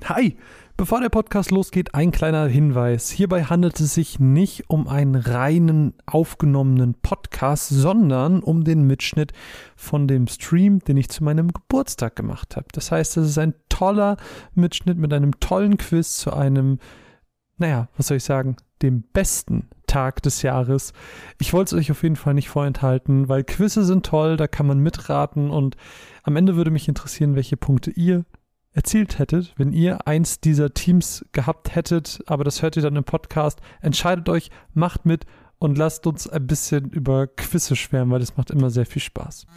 Hi! Bevor der Podcast losgeht, ein kleiner Hinweis. Hierbei handelt es sich nicht um einen reinen aufgenommenen Podcast, sondern um den Mitschnitt von dem Stream, den ich zu meinem Geburtstag gemacht habe. Das heißt, es ist ein toller Mitschnitt mit einem tollen Quiz zu einem, was soll ich sagen, dem besten Tag des Jahres. Ich wollte es euch auf jeden Fall nicht vorenthalten, weil Quizze sind toll, da kann man mitraten und am Ende würde mich interessieren, welche Punkte ihr erzielt hättet, wenn ihr eins dieser Teams gehabt hättet, aber das hört ihr dann im Podcast. Entscheidet euch, macht mit und lasst uns ein bisschen über Quizze schwärmen, weil das macht immer sehr viel Spaß.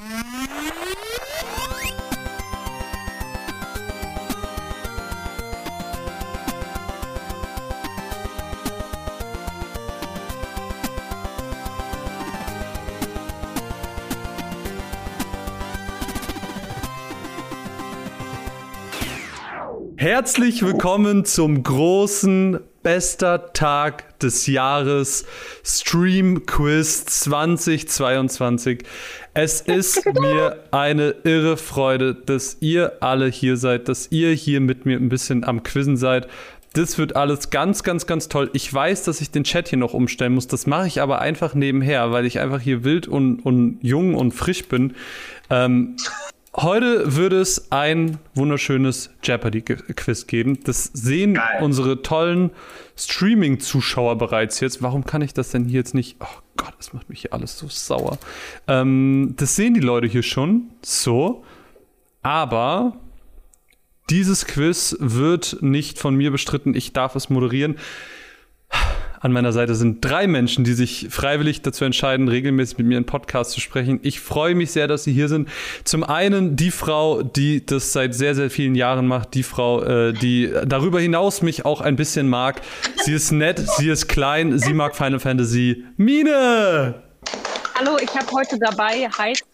Herzlich willkommen zum großen, bester Tag des Jahres, Stream Quiz 2022. Es ist mir eine irre Freude, dass ihr alle hier seid, dass ihr hier mit mir ein bisschen am Quizzen seid. Das wird alles ganz, ganz, ganz toll. Ich weiß, dass ich den Chat hier noch umstellen muss. Das mache ich aber einfach nebenher, weil ich einfach hier wild und jung und frisch bin. Heute würde es ein wunderschönes Jeopardy-Quiz geben. Das sehen unsere tollen Streaming-Zuschauer bereits jetzt. Warum kann ich das denn hier jetzt nicht? Oh Gott, das macht mich hier alles so sauer. Das sehen die Leute hier schon. So. Aber dieses Quiz wird nicht von mir bestritten. Ich darf es moderieren. An meiner Seite sind 3 Menschen, die sich freiwillig dazu entscheiden, regelmäßig mit mir einen Podcast zu sprechen. Ich freue mich sehr, dass sie hier sind. Zum einen die Frau, die das seit sehr, sehr vielen Jahren macht. Die Frau, die darüber hinaus mich auch ein bisschen mag. Sie ist nett, sie ist klein, sie mag Final Fantasy. Mine! Hallo, ich habe heute dabei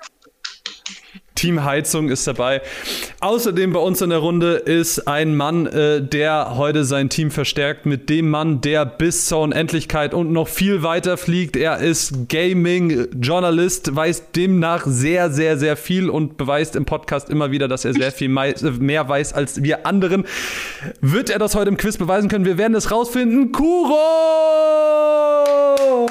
Team Heizung ist dabei. Außerdem bei uns in der Runde ist ein Mann, der heute sein Team verstärkt mit dem Mann, der bis zur Unendlichkeit und noch viel weiter fliegt. Er ist Gaming-Journalist, weiß demnach sehr, sehr, sehr viel und beweist im Podcast immer wieder, dass er sehr viel mehr weiß als wir anderen. Wird er das heute im Quiz beweisen können? Wir werden es rausfinden. Kuro!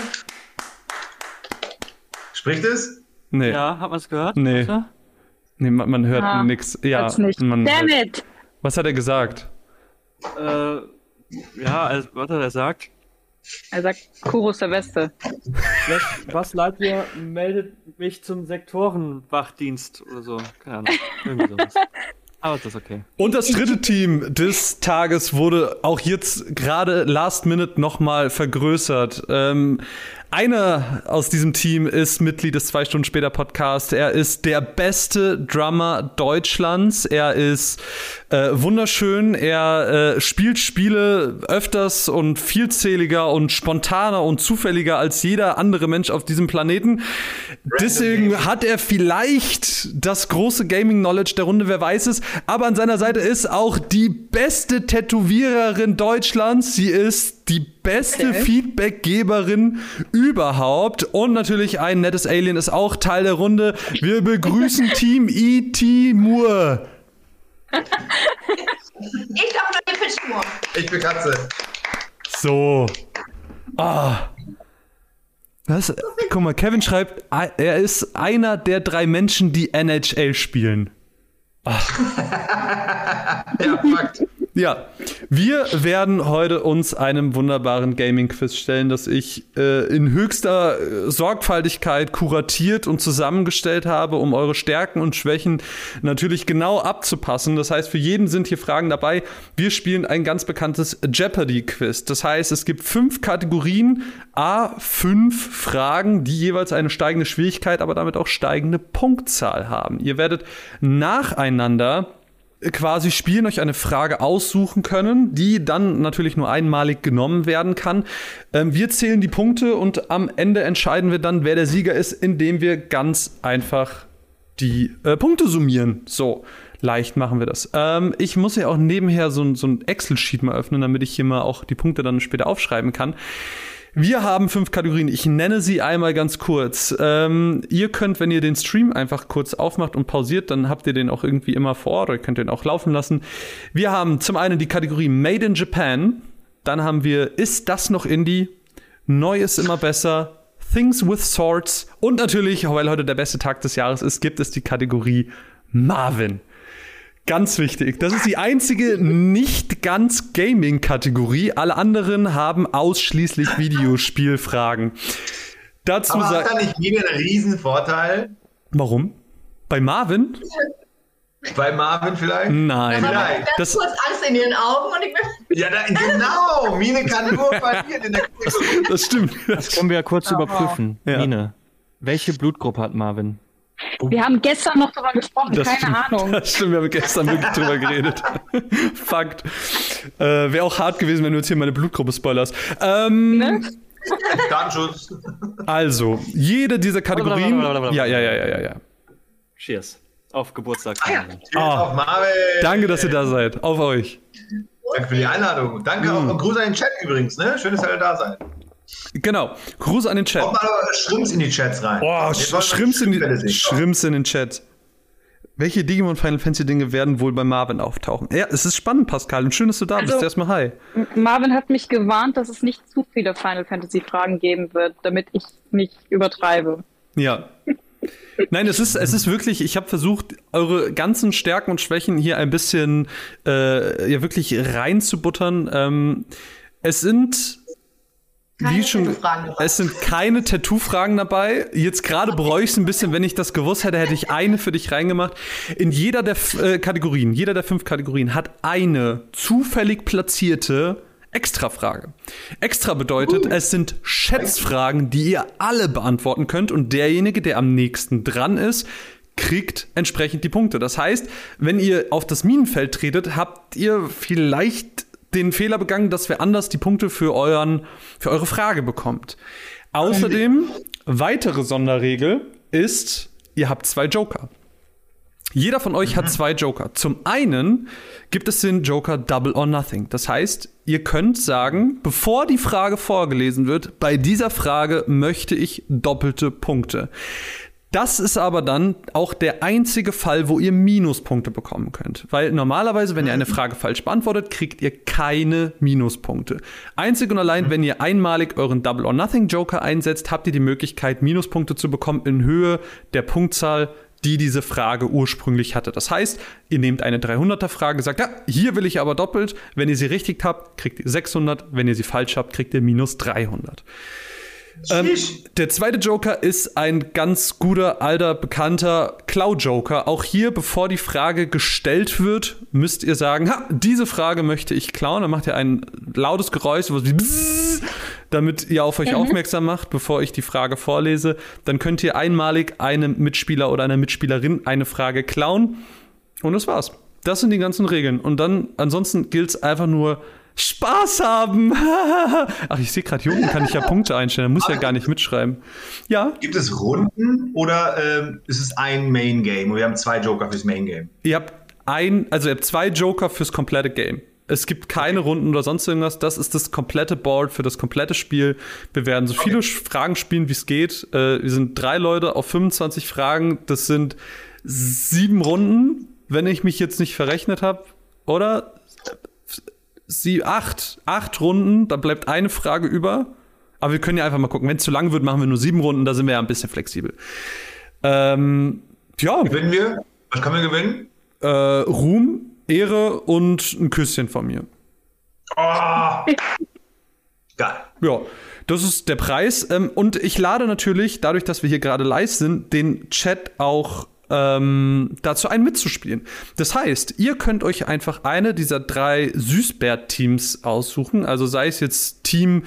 Spricht es? Nee. Ja, hat man es gehört? Nee. Nee, man hört nichts. Ja, Damn it! Was hat er gesagt? Was hat er sagt? Er sagt, Kuro ist der Beste. Was Lightyear meldet mich zum Sektorenwachdienst oder so. Keine Ahnung. Irgendwie sowas. Aber ist das okay. Und das dritte Team des Tages wurde auch jetzt gerade last minute nochmal vergrößert. Einer aus diesem Team ist Mitglied des 2 Stunden später Podcast. Er ist der beste Drummer Deutschlands. Er ist wunderschön. Er spielt Spiele öfters und vielzähliger und spontaner und zufälliger als jeder andere Mensch auf diesem Planeten. Deswegen hat er vielleicht das große Gaming-Knowledge der Runde, wer weiß es. Aber an seiner Seite ist auch die beste Tätowiererin Deutschlands. Sie ist die beste Feedbackgeberin überhaupt. Und natürlich ein nettes Alien ist auch Teil der Runde. Wir begrüßen Team E.T. Moore. Ich darf noch den Pitch Moore. Ich bin Katze. So. Was? Guck mal, Kevin schreibt, er ist einer der 3 Menschen, die NHL spielen. Ja, Fakt. Ja, wir werden heute uns einem wunderbaren Gaming-Quiz stellen, das ich in höchster Sorgfaltigkeit kuratiert und zusammengestellt habe, um eure Stärken und Schwächen natürlich genau abzupassen. Das heißt, für jeden sind hier Fragen dabei. Wir spielen ein ganz bekanntes Jeopardy-Quiz. Das heißt, es gibt 5 Kategorien, 5 Fragen, die jeweils eine steigende Schwierigkeit, aber damit auch steigende Punktzahl haben. Ihr werdet nacheinander quasi spielen, euch eine Frage aussuchen können, die dann natürlich nur einmalig genommen werden kann. Wir zählen die Punkte und am Ende entscheiden wir dann, wer der Sieger ist, indem wir ganz einfach die Punkte summieren. So, leicht machen wir das. Ich muss ja auch nebenher so ein Excel-Sheet mal öffnen, damit ich hier mal auch die Punkte dann später aufschreiben kann. Wir haben 5 Kategorien. Ich nenne sie einmal ganz kurz. Ihr könnt, wenn ihr den Stream einfach kurz aufmacht und pausiert, dann habt ihr den auch irgendwie immer vor Ort oder könnt den auch laufen lassen. Wir haben zum einen die Kategorie Made in Japan. Dann haben wir Ist das noch Indie? Neu ist immer besser. Things with Swords. Und natürlich, weil heute der beste Tag des Jahres ist, gibt es die Kategorie Marvin. Ganz wichtig. Das ist die einzige nicht ganz Gaming-Kategorie. Alle anderen haben ausschließlich Videospielfragen. Dazu Aber hat da nicht jeder einen riesen Vorteil? Warum? Bei Marvin? Bei Marvin vielleicht? Nein. Vielleicht. Ganz kurz Angst in den Augen und ich bin. Ja, genau. Mine kann nur verlieren in der Kategorie. Das stimmt. Das können wir ja kurz überprüfen. Ja. Mine, welche Blutgruppe hat Marvin? Wir haben gestern noch darüber gesprochen, Das keine stimmt. Ahnung. Das stimmt, wir haben gestern wirklich drüber geredet. Fakt. Wäre auch hart gewesen, wenn du jetzt hier meine Blutgruppe spoilerst. Ne? Datenschutz. Also, jede dieser Kategorien. Ja. Cheers. Auf Geburtstag. Auf Marvin. Danke, dass ihr da seid. Auf euch. Danke für die Einladung. Danke auch und Gruß an den Chat übrigens. Ne? Schön, dass ihr alle da seid. Genau. Gruß an den Chat. Kommt mal Schrimps in die Chats rein. Oh, Jetzt wollen wir Schrimps in den Chat. Welche Digimon Final Fantasy Dinge werden wohl bei Marvin auftauchen? Ja, es ist spannend, Pascal. Und schön, dass du da bist. Erstmal hi. Marvin hat mich gewarnt, dass es nicht zu viele Final Fantasy Fragen geben wird, damit ich nicht übertreibe. Ja. Nein, es ist wirklich, ich habe versucht, eure ganzen Stärken und Schwächen hier ein bisschen wirklich reinzubuttern. Es sind es sind keine Tattoo-Fragen dabei. Jetzt gerade bereue ich es ein bisschen, wenn ich das gewusst hätte, hätte ich eine für dich reingemacht. In jeder der Kategorien, jeder der 5 Kategorien hat eine zufällig platzierte Extra-Frage. Extra bedeutet, es sind Schätzfragen, die ihr alle beantworten könnt und derjenige, der am nächsten dran ist, kriegt entsprechend die Punkte. Das heißt, wenn ihr auf das Minenfeld tretet, habt ihr vielleicht den Fehler begangen, dass wer anders die Punkte für eure Frage bekommt. Außerdem, weitere Sonderregel ist, ihr habt 2 Joker. Jeder von euch hat 2 Joker. Zum einen gibt es den Joker Double or Nothing. Das heißt, ihr könnt sagen, bevor die Frage vorgelesen wird, bei dieser Frage möchte ich doppelte Punkte. Das ist aber dann auch der einzige Fall, wo ihr Minuspunkte bekommen könnt. Weil normalerweise, wenn ihr eine Frage falsch beantwortet, kriegt ihr keine Minuspunkte. Einzig und allein, wenn ihr einmalig euren Double or Nothing Joker einsetzt, habt ihr die Möglichkeit, Minuspunkte zu bekommen in Höhe der Punktzahl, die diese Frage ursprünglich hatte. Das heißt, ihr nehmt eine 300er-Frage, sagt, ja, hier will ich aber doppelt. Wenn ihr sie richtig habt, kriegt ihr 600. Wenn ihr sie falsch habt, kriegt ihr minus 300. Der zweite Joker ist ein ganz guter, alter, bekannter Klau-Joker. Auch hier, bevor die Frage gestellt wird, müsst ihr sagen, diese Frage möchte ich klauen. Dann macht ihr ein lautes Geräusch, wie Bzzz, damit ihr auf euch aufmerksam macht, bevor ich die Frage vorlese. Dann könnt ihr einmalig einem Mitspieler oder einer Mitspielerin eine Frage klauen. Und das war's. Das sind die ganzen Regeln. Und dann, ansonsten gilt es einfach nur, Spaß haben. Ach, ich sehe gerade, hier unten kann ich ja Punkte einstellen. Da muss ich ja gar nicht mitschreiben. Ja. Gibt es Runden oder ist es ein Main Game? Und wir haben 2 Joker fürs Main Game. Ihr habt 2 Joker fürs komplette Game. Es gibt keine Runden oder sonst irgendwas. Das ist das komplette Board für das komplette Spiel. Wir werden so viele Fragen spielen, wie es geht. Wir sind 3 Leute auf 25 Fragen. Das sind 7 Runden, wenn ich mich jetzt nicht verrechnet habe. Oder? 8 Runden, da bleibt eine Frage über. Aber wir können ja einfach mal gucken. Wenn es zu lang wird, machen wir nur 7 Runden. Da sind wir ja ein bisschen flexibel. Ja. Gewinnen wir? Was können wir gewinnen? Ruhm, Ehre und ein Küsschen von mir. Oh. Geil. Ja, das ist der Preis. Und ich lade natürlich, dadurch, dass wir hier gerade live sind, den Chat auch dazu ein mitzuspielen. Das heißt, ihr könnt euch einfach eine dieser 3 Süßbär-Teams aussuchen. Also sei es jetzt Team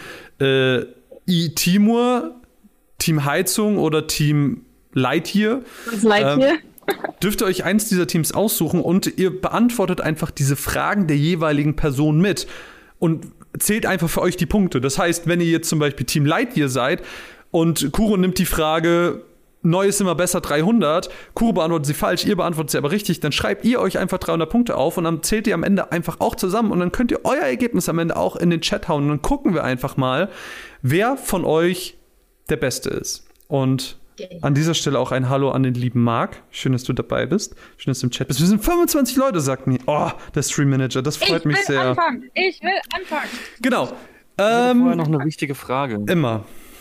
Timur, Team Heizung oder Team Lightyear. Dürft ihr euch eins dieser Teams aussuchen und ihr beantwortet einfach diese Fragen der jeweiligen Person mit und zählt einfach für euch die Punkte. Das heißt, wenn ihr jetzt zum Beispiel Team Lightyear seid und Kuro nimmt die Frage neu ist immer besser 300. Kuro beantwortet sie falsch, ihr beantwortet sie aber richtig. Dann schreibt ihr euch einfach 300 Punkte auf und dann zählt ihr am Ende einfach auch zusammen. Und dann könnt ihr euer Ergebnis am Ende auch in den Chat hauen. Und dann gucken wir einfach mal, wer von euch der Beste ist. Und an dieser Stelle auch ein Hallo an den lieben Marc. Schön, dass du dabei bist. Schön, dass du im Chat bist. Wir sind 25 Leute, sagt mir. Oh, der Stream Manager, das freut mich sehr. Ich will anfangen. Genau. Vorher noch eine wichtige Frage. Immer.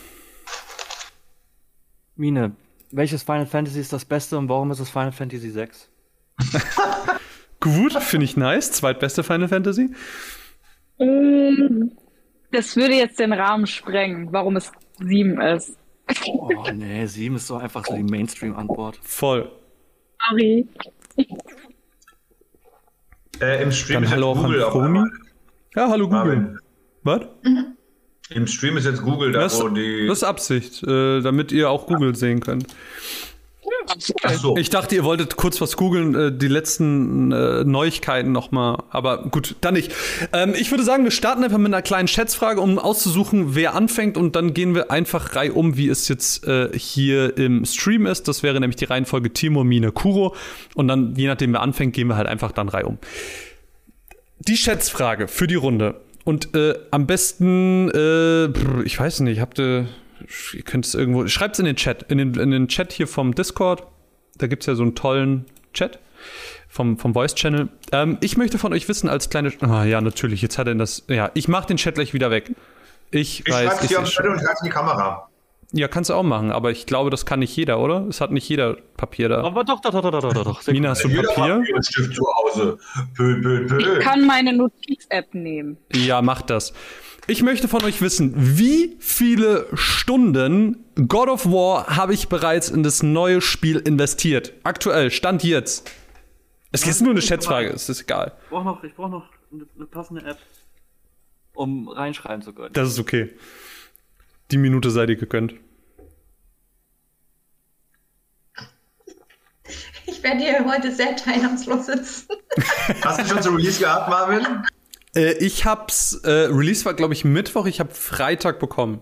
Mine, welches Final Fantasy ist das Beste und warum ist es Final Fantasy 6? Gut, finde ich nice. Zweitbeste Final Fantasy. Das würde jetzt den Rahmen sprengen, warum es 7 ist. Oh nee, 7 ist so einfach so die Mainstream-Antwort. Voll. Sorry. Im Stream Dann ist hallo jetzt auch Google an auf Promi. einmal. Ja, hallo Google. Marvin. Was? Im Stream ist jetzt Google da, Das wo die... ist Absicht, damit ihr auch Google sehen könnt. Ach so. Ich dachte, ihr wolltet kurz was googeln, die letzten Neuigkeiten nochmal. Aber gut, dann nicht. Ich würde sagen, wir starten einfach mit einer kleinen Schätzfrage, um auszusuchen, wer anfängt. Und dann gehen wir einfach reihum, wie es jetzt hier im Stream ist. Das wäre nämlich die Reihenfolge Timo, Mine, Kuro. Und dann, je nachdem, wer anfängt, gehen wir halt einfach dann reihum. Die Schätzfrage für die Runde. Und am besten, ich weiß nicht, ihr könnt es irgendwo, schreibt es in den Chat, in den Chat hier vom Discord. Da gibt es ja so einen tollen Chat vom Voice-Channel. Ich möchte von euch wissen, als kleine, ja, natürlich, jetzt hat er das, ja, ich mach den Chat gleich wieder weg. Ich weiß, schreibe es hier auf Chat und schreibe es in die Kamera. Ja, kannst du auch machen, aber ich glaube, das kann nicht jeder, oder? Es hat nicht jeder Papier da. Aber doch. Mina, hast du Jeder Papier? Papier und Stift zu Hause. Ich kann meine Notiz-App nehmen. Ja, macht das. Ich möchte von euch wissen, wie viele Stunden God of War habe ich bereits in das neue Spiel investiert? Aktuell, Stand jetzt. Es ist nur eine Schätzfrage, es ist egal. Ich brauch noch eine passende App, um reinschreiben zu können. Das ist okay. Die Minute sei dir gegönnt. Ich werde hier heute sehr teilnahmslos sitzen. Hast du schon zu Release gehabt, Marvin? Ich hab's, Release war, glaube ich, Mittwoch, ich habe Freitag bekommen.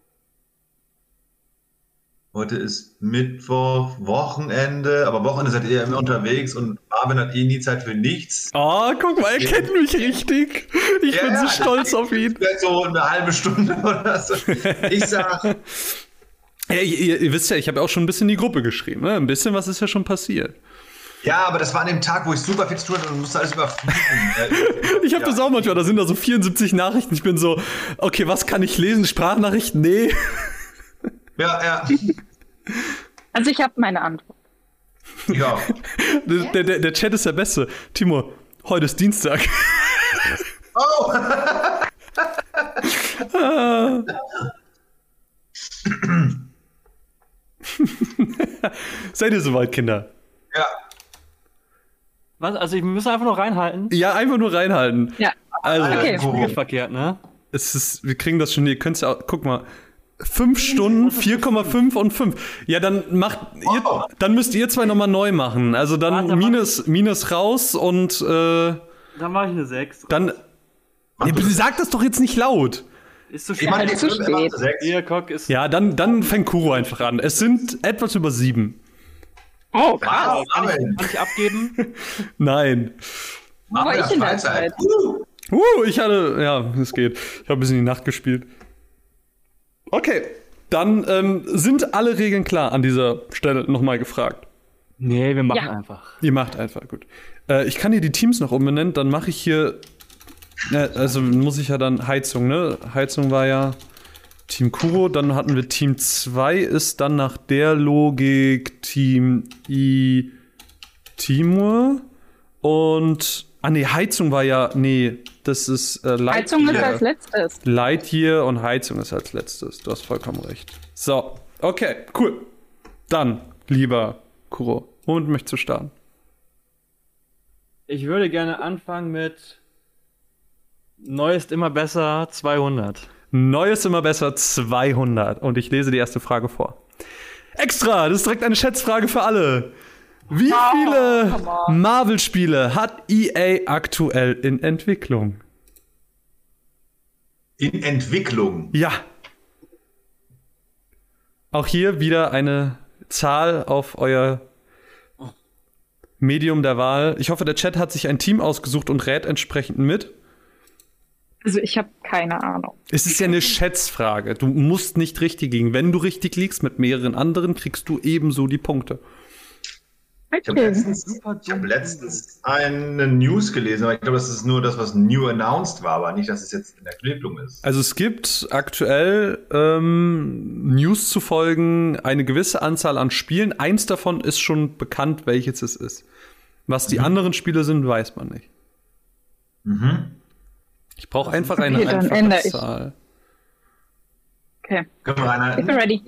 Heute ist Mittwoch, Wochenende, aber Wochenende seid ihr immer unterwegs und Marvin hat nie Zeit für nichts. Oh, guck mal, er kennt mich richtig. Ich bin so stolz auf ihn. Vielleicht so eine halbe Stunde oder so. Ich sag... Ja, ihr wisst ja, ich habe auch schon ein bisschen in die Gruppe geschrieben. Ne? Ein bisschen was ist ja schon passiert. Ja, aber das war an dem Tag, wo ich super viel zu tun hatte und musste alles überfliegen. Ich habe das auch manchmal, da sind da so 74 Nachrichten. Ich bin so, okay, was kann ich lesen? Sprachnachrichten? Nee. Ja. Also ich habe meine Antwort. Ja. Der Chat ist der Beste. Timo, heute ist Dienstag. Oh! Seid ihr soweit, Kinder? Ja. Was? Also wir müssen einfach nur reinhalten? Ja, einfach nur reinhalten. Ja. Also, Okay. Verkehrt, ne? wir kriegen das schon, ihr könnt es ja, guck mal. 5 Stunden, 4,5 und 5. Ja, dann dann müsst ihr zwei nochmal neu machen. Also dann Minus raus und Dann mache ich eine 6. dann. Nee, sag das doch jetzt nicht laut. Ist so Ich meine, zu spät. Ihr Cock ist. Ja, dann fängt Kuro einfach an. Es sind etwas über 7. Oh, Was? Kann ich abgeben? Nein. Wo war ich in der Zeit? Ich hatte, ja, es geht. Ich habe ein bisschen die Nacht gespielt. Okay, dann sind alle Regeln klar an dieser Stelle nochmal gefragt. Nee, wir machen Ja. einfach. Ihr macht einfach, gut. Ich kann hier die Teams noch umbenennen, dann mache ich hier, also muss ich ja dann Heizung, ne? Heizung war ja Team Kuro, dann hatten wir Team 2, ist dann nach der Logik Team Timur und, Heizung war ja, das ist Lightyear. Heizung ist als letztes. Lightyear und Heizung ist als letztes. Du hast vollkommen recht. So, okay, cool. Dann, lieber Kuro, womit möchtest du starten? Ich würde gerne anfangen mit Neu ist immer besser 200. Neu ist immer besser 200. Und ich lese die erste Frage vor. Extra, das ist direkt eine Schätzfrage für alle. Wie viele Marvel-Spiele hat EA aktuell in Entwicklung? In Entwicklung. Ja. Auch hier wieder eine Zahl auf euer Medium der Wahl. Ich hoffe, der Chat hat sich ein Team ausgesucht und rät entsprechend mit. Also ich habe keine Ahnung. Es ist ja eine Schätzfrage. Du musst nicht richtig liegen. Wenn du richtig liegst mit mehreren anderen, kriegst du ebenso die Punkte. Ich habe letztens eine News gelesen, aber ich glaube, das ist nur das, was new announced war, aber nicht, dass es jetzt in der Entwicklung ist. Also es gibt aktuell News zu folgen, eine gewisse Anzahl an Spielen. Eins davon ist schon bekannt, welches es ist. Was die anderen Spiele sind, weiß man nicht. Ich brauche einfach eine einfache Zahl. Okay. Können wir Ich bin ready.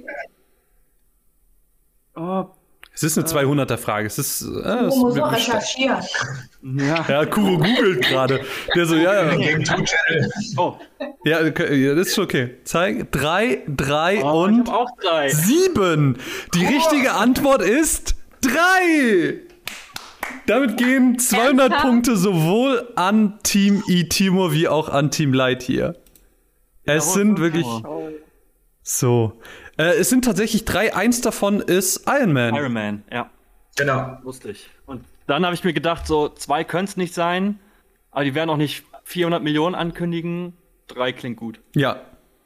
Oh, Es ist eine 200er-Frage. Es ist. Du musst auch recherchieren. Ja, Kuro googelt gerade. Der so, ja. Game 2 Channel. oh. Ja, das ist okay. Zeig. 3, 3 Ich und hab auch 3. 7. Die richtige Antwort ist 3. Damit gehen 200 Ernsthaft? Punkte sowohl an Team Timur wie auch an Team Lightyear. Es sind wirklich so. Es sind tatsächlich 3. Eins davon ist Iron Man. Iron Man, ja. Genau. Lustig. Und dann habe ich mir gedacht, so 2 können es nicht sein, aber die werden auch nicht 400 Millionen ankündigen. 3 klingt gut. Ja.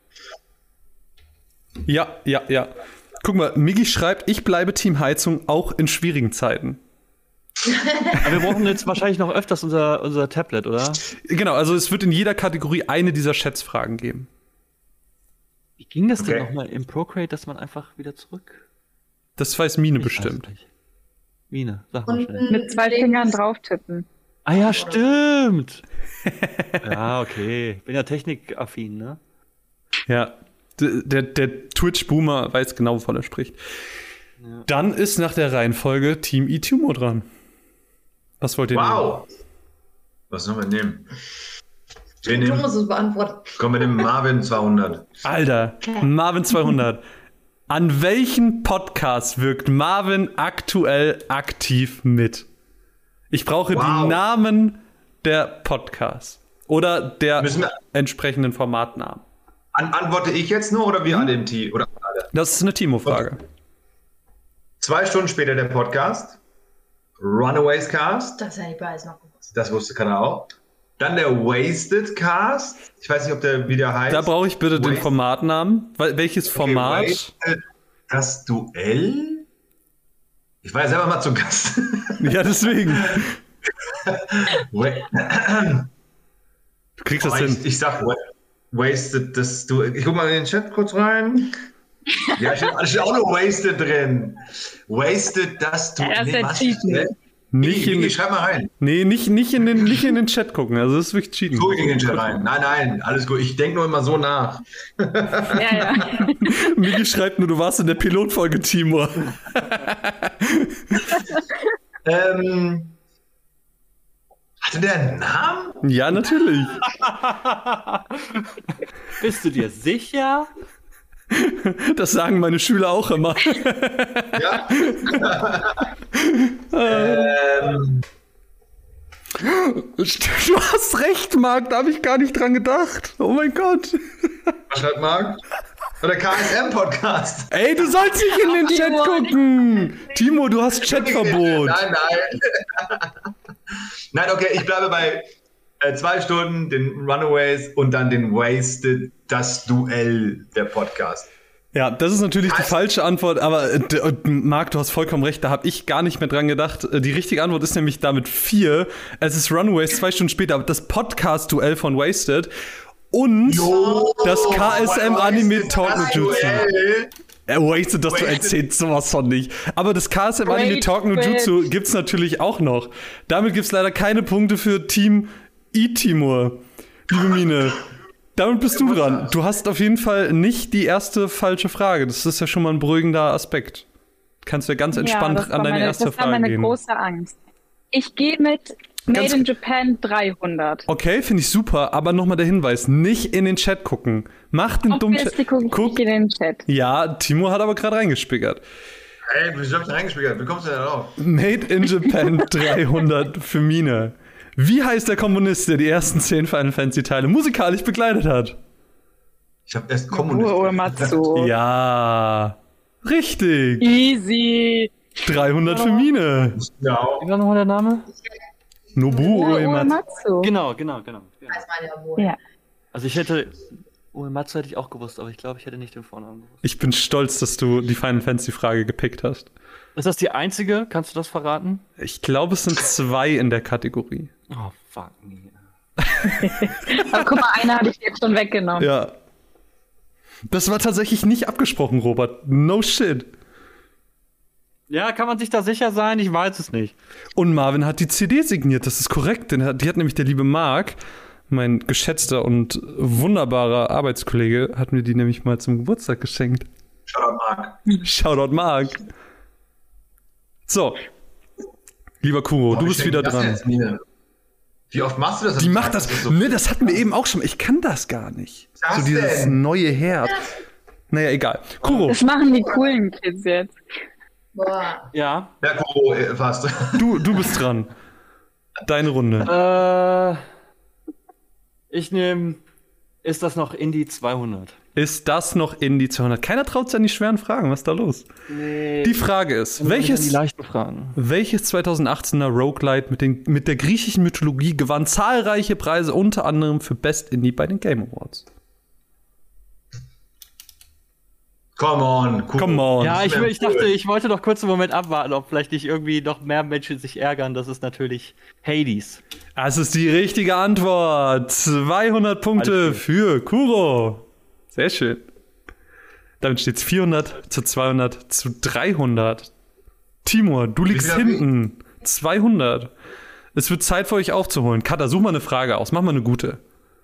Ja. Guck mal, Migi schreibt, ich bleibe Team Heizung auch in schwierigen Zeiten. Aber wir brauchen jetzt wahrscheinlich noch öfters unser Tablet, oder? Genau, also es wird in jeder Kategorie eine dieser Schätzfragen geben. Wie ging das denn Okay. nochmal im Procreate, dass man einfach wieder zurück... Das weiß Mine Ich weiß bestimmt. nicht. Mine, sag mal Und schnell. Mit 2 Fingern drauf tippen. Ah ja, stimmt. Ja, okay. Bin ja technikaffin, ne? Ja, der Twitch-Boomer weiß genau, wovon er spricht. Ja. Dann ist nach der Reihenfolge Team Timur dran. Was wollt ihr Wow. Was sollen wir nehmen? Wir Du nehmen, musst es beantworten. komm, wir nehmen Marvin 200. nehmen? Alter, Marvin 200. An welchen Podcast wirkt Marvin aktuell aktiv mit? Ich brauche Wow. die Namen der Podcasts. Oder der Müssen wir- entsprechenden Formatnamen. Antworte ich jetzt nur oder wir alle im Team? Oder alle? Das ist eine Timo-Frage. 2 Stunden später der Podcast. Runaways Cast. Das hätte ich beides noch gewusst. Das wusste keiner auch. Dann der Wasted Cast. Ich weiß nicht, ob der wieder heißt. Da brauche ich bitte den Wasted- Formatnamen. Welches Format? Okay, Wasted, das Duell? Ich war ja selber mal zu Gast. Ja, deswegen. Wa- Du kriegst das hin. ich sag Wasted, das Duell. Ich guck mal in den Chat kurz rein. Ja, steht auch noch Wasted drin. Wasted, das Duell. Ja, das ist ja was? cheaten. Nicht in, Schreib mal rein. nee, nicht in den Chat gucken. Also das ist wirklich cheaten. Guck in den Chat rein. Nein, alles gut. Ich denke nur immer so nach. Ja. Migi schreibt nur, du warst in der Pilotfolge, Timur. Hatte der einen Namen? Ja, natürlich. Bist du dir sicher? Das sagen meine Schüler auch immer. Ja. Du hast recht, Marc. Da habe ich gar nicht dran gedacht. Oh mein Gott. Was schreibt Marc? Oder KSM-Podcast. Ey, du sollst nicht in den Chat gucken. Timo, du hast Chatverbot. Nein. Nein, okay, ich bleibe bei 2 Stunden, den Runaways und dann den Wasted, das Duell der Podcast. Ja, das ist natürlich die falsche Antwort, aber Marc, du hast vollkommen recht, da habe ich gar nicht mehr dran gedacht. Die richtige Antwort ist nämlich damit 4. Es ist Runaways 2 Stunden später, das Podcast-Duell von Wasted und das KSM Anime Talk no Jutsu. Wasted, das Duell zählt sowas von nicht. Aber das KSM Anime Talk no Jutsu gibt's natürlich auch noch. Damit gibt's leider keine Punkte für Team Timur. Liebe Mine. Damit bist du dran. Du hast auf jeden Fall nicht die erste falsche Frage. Das ist ja schon mal ein beruhigender Aspekt. Kannst du ja ganz entspannt das an deine erste Das war Frage meine gehen. große Angst. Ich gehe mit Made in Japan 300. Okay, finde ich super. Aber nochmal der Hinweis, nicht in den Chat gucken. Mach den dummen Obviously Chat. gucke ich nicht in den Chat. Ja, Timo hat aber gerade reingespickert. Ey, wieso hab ich da reingespielt? Wie kommst du denn da drauf? Made in Japan 300 für Mine. Wie heißt der Komponist, der die ersten 10 Final Fantasy Teile musikalisch begleitet hat? Ich habe erst Kommunist. Uematsu. Ja, Richtig. Easy. 300 für Mine. Ja. Wie war nochmal der Name? Nobuo Uematsu. Uematsu. Genau. Weiß man ja wohl. Ja. Also ich hätte... Uematsu hätte ich auch gewusst, aber ich glaube, ich hätte nicht den Vornamen gewusst. Ich bin stolz, dass du die Final Fantasy Frage gepickt hast. Ist das die einzige? Kannst du das verraten? Ich glaube, es sind 2 in der Kategorie. Oh, fuck me. Aber guck mal, eine hatte ich jetzt schon weggenommen. Ja. Das war tatsächlich nicht abgesprochen, Robert. No shit. Ja, kann man sich da sicher sein? Ich weiß es nicht. Und Marvin hat die CD signiert, das ist korrekt. Die hat nämlich der liebe Marc, mein geschätzter und wunderbarer Arbeitskollege, hat mir die nämlich mal zum Geburtstag geschenkt. Shoutout, Marc. Shoutout Marc. So. Lieber Kuro, du bist wieder dran. Wie oft machst du das? Die macht das. So Ne, das hatten wir eben auch schon. Ich kann das gar nicht. Was So dieses denn? neue Herz. Naja, egal. Kuro, Das machen die coolen Kids jetzt. Boah. Ja. Ja, Kuro, fast. du bist dran. Deine Runde. Ich nehme... Ist das noch Indie 200? Ist das noch in die 200? Keiner traut sich an die schweren Fragen. Was ist da los? Nee. Die Frage ist, Die welches leichten Fragen. 2018er Roguelite mit der griechischen Mythologie gewann zahlreiche Preise, unter anderem für Best Indie bei den Game Awards? Come on, Kuro. Come on. Ja, wär ich dachte, cool. ich wollte noch kurz einen Moment abwarten, ob vielleicht nicht irgendwie noch mehr Menschen sich ärgern. Das ist natürlich Hades. Das ist die richtige Antwort. 200 Punkte Alles gut. für Kuro. Sehr schön. Damit steht es 400 zu 200 zu 300. Timur, du liegst viel hab ich? hinten. 200. Es wird Zeit für euch aufzuholen. Katha, such mal eine Frage aus. Mach mal eine gute.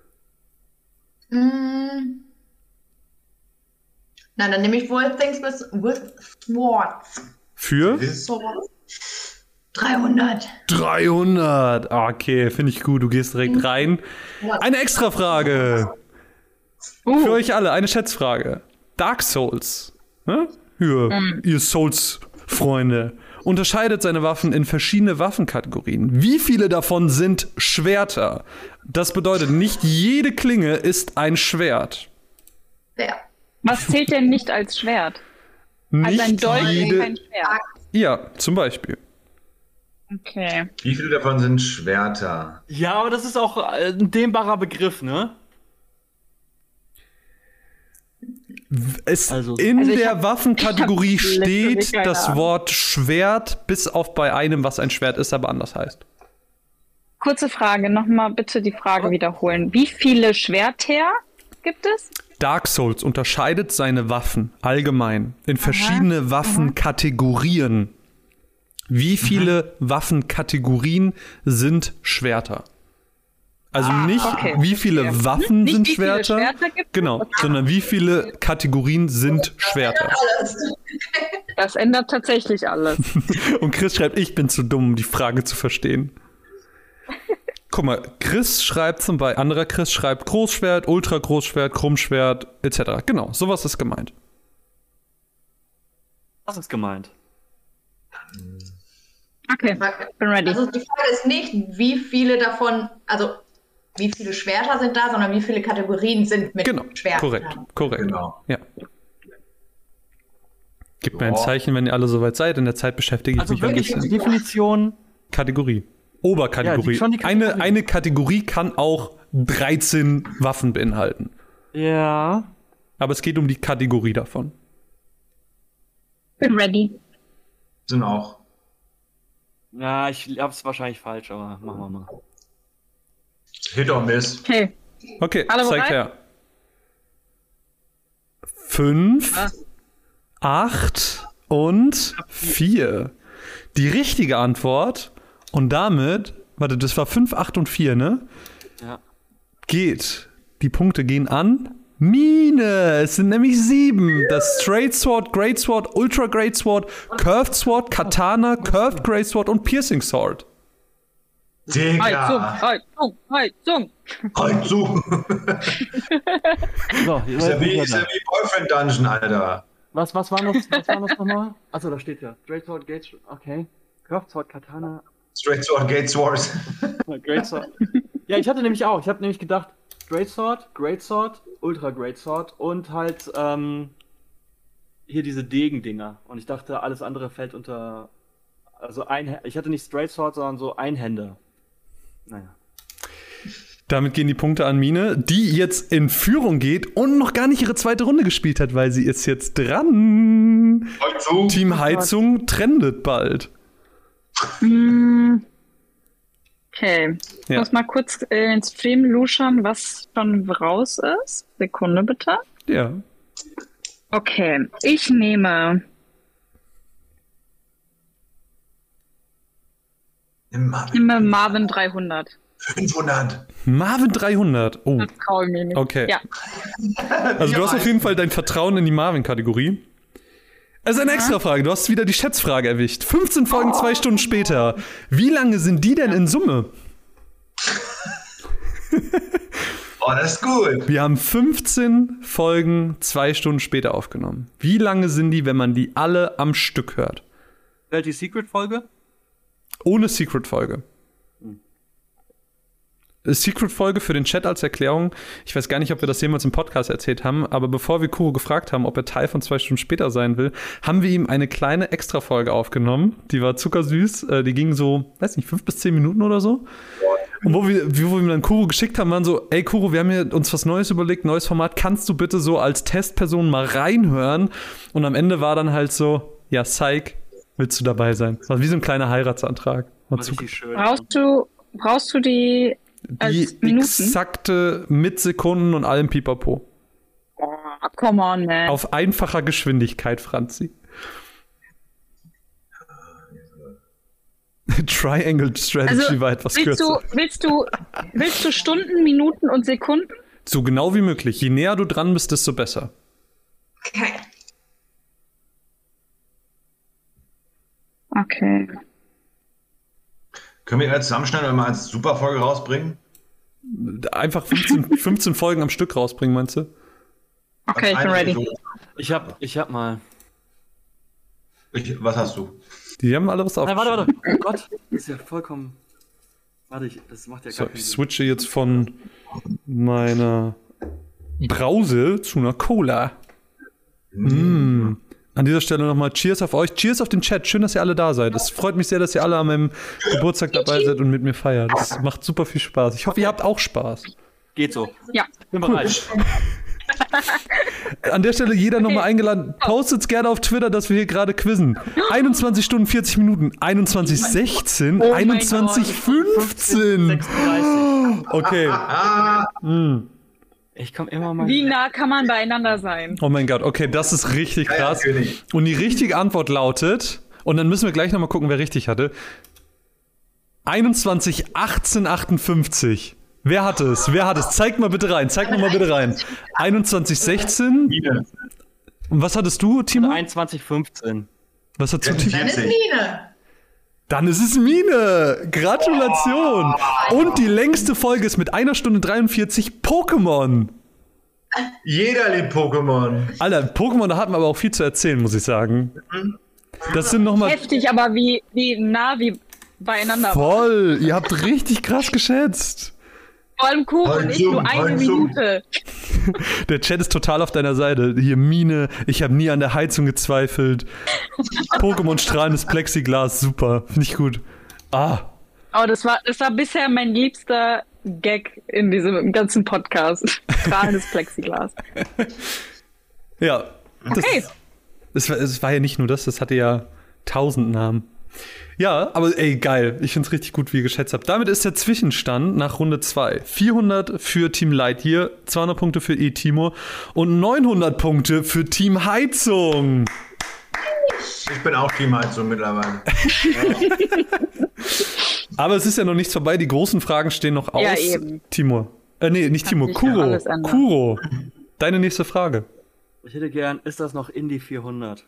Na, dann nehme ich wohl Things with Swords. Für Swords. 300. 300. Okay, finde ich gut. Du gehst direkt rein. Eine extra Frage. Für euch alle, eine Schätzfrage. Dark Souls, ne? Hier, ihr Souls-Freunde, unterscheidet seine Waffen in verschiedene Waffenkategorien. Wie viele davon sind Schwerter? Das bedeutet, nicht jede Klinge ist ein Schwert. Wer? Was zählt denn nicht als Schwert? Also ein Nicht Dolch ist jede. kein Schwert. Ja, zum Beispiel. Okay. Wie viele davon sind Schwerter? Ja, aber das ist auch ein dehnbarer Begriff, ne? Also ich der hab- Waffenkategorie ich hab literally steht keine das Ahnung. Wort Schwert, bis auf bei einem, was ein Schwert ist, aber anders heißt. Kurze Frage, nochmal bitte die Frage wiederholen. Wie viele Schwerter gibt es? Dark Souls unterscheidet seine Waffen allgemein in verschiedene Waffenkategorien. Wie viele Waffenkategorien sind Schwerter? Also nicht, okay, wie viele verstehe. Waffen Nicht, sind wie viele Schwerter, Schwerter gibt es? genau, Okay. sondern wie viele Kategorien sind Schwerter. Alles. Das ändert tatsächlich alles. Und Chris schreibt, ich bin zu dumm, um die Frage zu verstehen. Guck mal, anderer Chris schreibt Großschwert, Ultragroßschwert, Krummschwert, etc. Genau, sowas ist gemeint. Was ist gemeint? Okay, bin ready. Also die Frage ist nicht, wie viele davon, also wie viele Schwerter sind da, sondern wie viele Kategorien sind mit Genau, Schwertern. korrekt. Genau. Ja. Gebt mir ein Boah. Zeichen, wenn ihr alle soweit seid. In der Zeit beschäftige ich Also mich ein wirklich bisschen. Definition. Kategorie. Oberkategorie. Ja, schon die Kategorie. Eine Kategorie kann auch 13 Waffen beinhalten. Ja. Aber es geht um die Kategorie davon. Bin ready. Sind auch. Ja, ich hab's wahrscheinlich falsch, aber machen wir mal. Hit or Miss. Okay. Okay, Alle zeigt bereit? her. 5, Ah. 8 und 4. Die richtige Antwort und damit, warte, das war 5, 8 und 4, ne? Ja. Die Punkte gehen an Mine. Es sind nämlich 7. Das Straight Sword, Great Sword, Ultra Great Sword, Curved Sword, Katana, Curved Great Sword und Piercing Sword. Digga. Heizung. Halt zu. So, Ist ja wie Boyfriend Dungeon, Alter. was war das nochmal? Achso, da steht ja. Straight Sword, Gate, okay. Curved Sword, Katana, Straight Sword, Gate Swords. Great Sword. Ja, ich habe nämlich gedacht, Straight Sword, Great Sword, Ultra Great Sword und halt, hier diese Degendinger. Und ich dachte, alles andere fällt unter. Also ich hatte nicht Straight Sword, sondern so Einhänder. Naja. Damit gehen die Punkte an Mine, die jetzt in Führung geht und noch gar nicht ihre zweite Runde gespielt hat, weil sie ist jetzt dran. Heizung. Team Heizung trendet bald. Okay. Ich Ja. muss mal kurz in den Stream luschern, was schon raus ist. Sekunde bitte. Ja. Okay, ich nehme Marvin 300. 500. Marvin 300. Oh, Das traue ich mir nicht. okay. Ja. Also du hast auf jeden Fall dein Vertrauen in die Marvin-Kategorie. Also eine extra Frage. Du hast wieder die Schätzfrage erwischt. 15 Folgen, 2 Stunden später. Wie lange sind die denn in Summe? Oh, das ist gut. Wir haben 15 Folgen 2 Stunden später aufgenommen. Wie lange sind die, wenn man die alle am Stück hört? Fällt die Secret-Folge? Ohne Secret-Folge. Secret-Folge für den Chat als Erklärung. Ich weiß gar nicht, ob wir das jemals im Podcast erzählt haben, aber bevor wir Kuro gefragt haben, ob er Teil von 2 Stunden später sein will, haben wir ihm eine kleine Extra-Folge aufgenommen. Die war zuckersüß. Die ging so, weiß nicht, 5 bis 10 Minuten oder so. Und wo wir ihm dann Kuro geschickt haben, waren so, ey Kuro, wir haben hier uns was Neues überlegt, neues Format, kannst du bitte so als Testperson mal reinhören? Und am Ende war dann halt so, ja, Psych, willst du dabei sein? Das war wie so ein kleiner Heiratsantrag. War War richtig schön. Brauchst du die als die Minuten? exakte mit Sekunden und allem Pipapo. Oh, come on, man. Auf einfacher Geschwindigkeit, Franzi. Triangle Strategy war etwas kürzer. Willst du Stunden, Minuten und Sekunden? So genau wie möglich. Je näher du dran bist, desto besser. Okay. Okay. Können wir jetzt zusammenschneiden und mal als Superfolge rausbringen? Einfach 15 Folgen am Stück rausbringen, meinst du? Okay, ich bin ready. Ich hab mal. Was hast du? Die haben alle was auf. Nein, warte. Oh Gott, das ist ja vollkommen. Warte, das macht ja So, gar keinen ich Sinn. switche jetzt von meiner Brause zu einer Cola. An dieser Stelle nochmal Cheers auf euch. Cheers auf den Chat. Schön, dass ihr alle da seid. Es freut mich sehr, dass ihr alle an meinem Geburtstag dabei seid und mit mir feiert. Das macht super viel Spaß. Ich hoffe, ihr habt auch Spaß. Geht so. Ja. Bin bereit. An der Stelle jeder nochmal eingeladen. Postet's gerne auf Twitter, dass wir hier gerade quizzen. 21 Stunden 40 Minuten. 21:16. Oh mein 21:15. 36. Okay. Ich komme immer mal. Wie nah kann man beieinander sein? Oh mein Gott. Okay, das ist richtig krass. König. Und die richtige Antwort lautet, und dann müssen wir gleich nochmal gucken, wer richtig hatte. 21:18:58. Wer hat es? Zeig mal bitte rein. 21:16. Und was hattest du, Timo? 21:15. Was hast du, Timo? Dann ist Mine. Dann ist es Mine. Gratulation. Und die längste Folge ist mit 1 Stunde 43 Pokémon. Jeder liebt Pokémon. Alter, Pokémon, da hat man aber auch viel zu erzählen, muss ich sagen. Das sind nochmal Heftig, aber wie nah wir beieinander waren. voll. Ihr habt richtig krass geschätzt. Vor allem Kuro und ich nur eine Minute. Der Chat ist total auf deiner Seite. Hier Mine, ich habe nie an der Heizung gezweifelt. Pokémon strahlendes Plexiglas, super. Finde ich gut. Aber das war bisher mein liebster Gag in diesem ganzen Podcast. Strahlendes Plexiglas. Ja. Okay. Es war ja nicht nur das hatte ja 1000 Namen. Ja, aber ey, geil. Ich find's richtig gut, wie ihr geschätzt habt. Damit ist der Zwischenstand nach Runde 2. 400 für Team Lightyear, 200 Punkte für E-Timo und 900 Punkte für Team Heizung. Ich bin auch Team Heizung mittlerweile. Aber es ist ja noch nichts vorbei. Die großen Fragen stehen noch aus. Ja, eben. Timo. Nee, nicht Timo. sich ja Kuro. alles ändern. Kuro. Deine nächste Frage. Ich hätte gern, ist das noch Indie 400?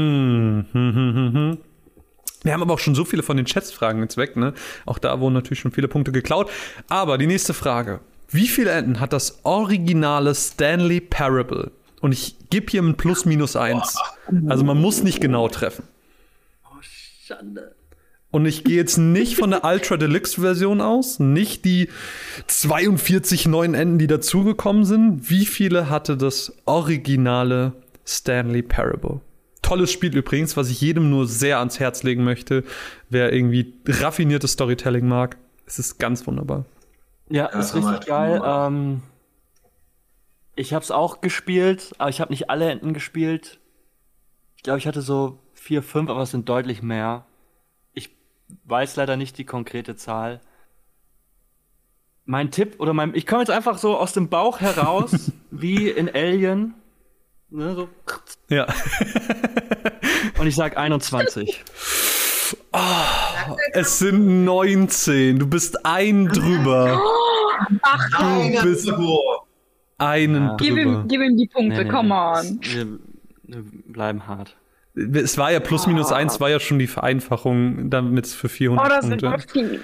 Wir haben aber auch schon so viele von den Chatsfragen jetzt weg, ne? Auch da wurden natürlich schon viele Punkte geklaut. Aber die nächste Frage. Wie viele Enden hat das originale Stanley Parable? Und ich gebe hier ein ±1. Also man muss nicht genau treffen. Oh, Schande. Und ich gehe jetzt nicht von der Ultra Deluxe Version aus, nicht die 42 neuen Enden, die dazugekommen sind. Wie viele hatte das originale Stanley Parable. Tolles Spiel übrigens, was ich jedem nur sehr ans Herz legen möchte, wer irgendwie raffiniertes Storytelling mag. Es ist ganz wunderbar. Ja, ist richtig geil. Ich habe es auch gespielt, aber ich habe nicht alle Enden gespielt. Ich glaube, ich hatte so 4, 5, aber es sind deutlich mehr. Ich weiß leider nicht die konkrete Zahl. Mein Tipp ich komme jetzt einfach so aus dem Bauch heraus, wie in Alien. Ne, so. Ja. Und ich sag 21. Es sind 19. Du bist ein drüber. Du bist einen drüber. Gib ihm die Punkte, come on. Wir bleiben hart. Es war ja plus minus 1, war ja schon die Vereinfachung, damit es für 400 das sind Punkte. doch viel.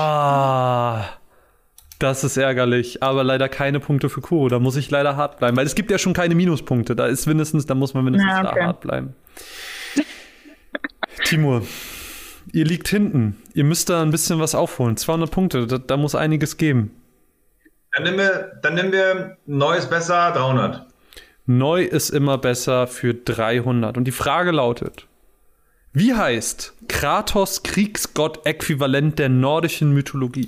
Das ist ärgerlich, aber leider keine Punkte für Kuro. Da muss ich leider hart bleiben, weil es gibt ja schon keine Minuspunkte. Da muss man mindestens da hart bleiben. Timur, ihr liegt hinten. Ihr müsst da ein bisschen was aufholen. 200 Punkte, da muss einiges geben. Dann nehmen wir neu ist besser, 300. Neu ist immer besser für 300. Und die Frage lautet: Wie heißt Kratos Kriegsgott-Äquivalent der nordischen Mythologie?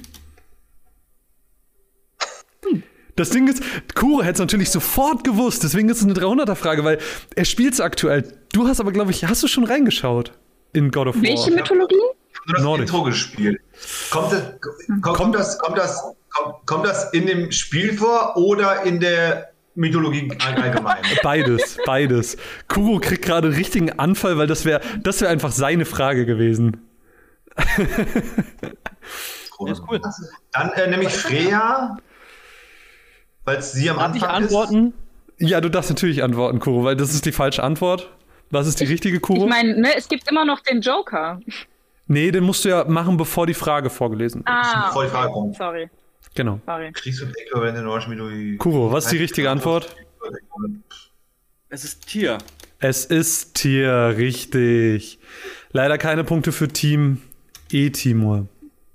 Das Ding ist, Kuro hätte es natürlich sofort gewusst, deswegen ist es eine 300er-Frage, weil er spielt es aktuell. Du hast aber, glaube ich, hast du schon reingeschaut in God of War? Welche Mythologie? Ich habe nur das Intro gespielt. Kommt das in dem Spiel vor oder in der Mythologie allgemein? Beides. Kuro kriegt gerade einen richtigen Anfall, weil das wär einfach seine Frage gewesen. Das ist cool. Dann nehme ich Freya, weil sie am Anfang antworten? ist. Ja, du darfst natürlich antworten, Kuro, weil das ist die falsche Antwort. Was ist die richtige, Kuro? Ich meine, es gibt immer noch den Joker. Nee, den musst du ja machen, bevor die Frage vorgelesen wird. Bevor die Frage kommt. Sorry. Genau. Kriegs- und Äquivalent der nordischen Mythologie. Kuro, was ist die richtige Antwort? Es ist Tier. Es ist Tier, richtig. Leider keine Punkte für Team Timur.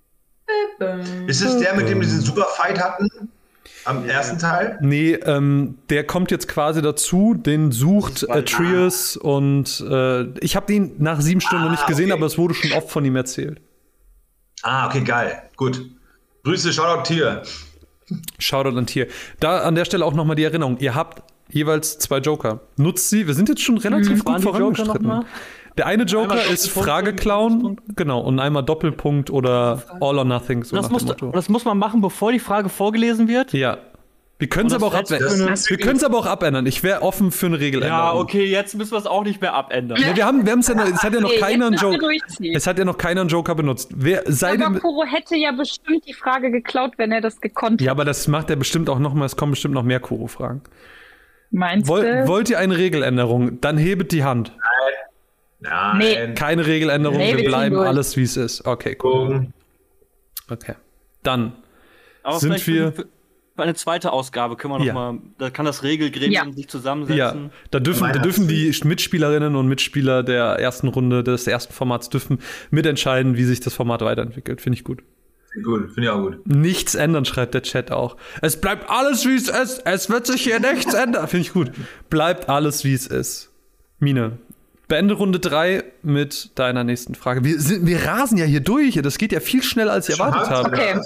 Ist es der, mit dem wir diesen super Fight hatten? Am ersten Teil? Nee, der kommt jetzt quasi dazu, den sucht Atreus und ich habe den nach 7 Stunden noch nicht gesehen, aber es wurde schon oft von ihm erzählt. Okay, geil. Gut. Grüße, Shoutout Tier. Shoutout an Tier. Da an der Stelle auch nochmal die Erinnerung, ihr habt jeweils 2 Joker. Nutzt sie, wir sind jetzt schon relativ gut vorangeschritten. Der eine Joker ist Frage klauen, genau, und einmal Doppelpunkt oder All or Nothing. So das muss man machen, bevor die Frage vorgelesen wird? Ja. Wir können es aber auch abändern. Ich wäre offen für eine Regeländerung. Ja, okay, jetzt müssen wir es auch nicht mehr abändern. Ja, es hat ja noch keiner einen Joker. Es hat ja noch keiner einen Joker benutzt. Aber Kuro hätte ja bestimmt die Frage geklaut, wenn er das gekonnt hätte. Ja, aber das macht er bestimmt auch nochmal. Es kommen bestimmt noch mehr Kuro-Fragen. Meinst du? Wollt ihr eine Regeländerung? Dann hebet die Hand. Nein. Nee. Keine Regeländerung, wir bleiben alles, wie es ist. Okay, cool. Okay. Dann aber sind wir... Für eine zweite Ausgabe können wir noch mal, da kann das Regelgremium sich zusammensetzen. Ja, da dürfen die Mitspielerinnen und Mitspieler der ersten Runde des ersten Formats dürfen mitentscheiden, wie sich das Format weiterentwickelt. Finde ich gut. Gut, finde ich auch gut. Nichts ändern, schreibt der Chat auch. Es bleibt alles, wie es ist. Es wird sich hier nichts ändern. Finde ich gut. Bleibt alles, wie es ist. Mine, beende Runde 3 mit deiner nächsten Frage. Wir rasen ja hier durch. Das geht ja viel schneller, als ich erwartet habe. Okay.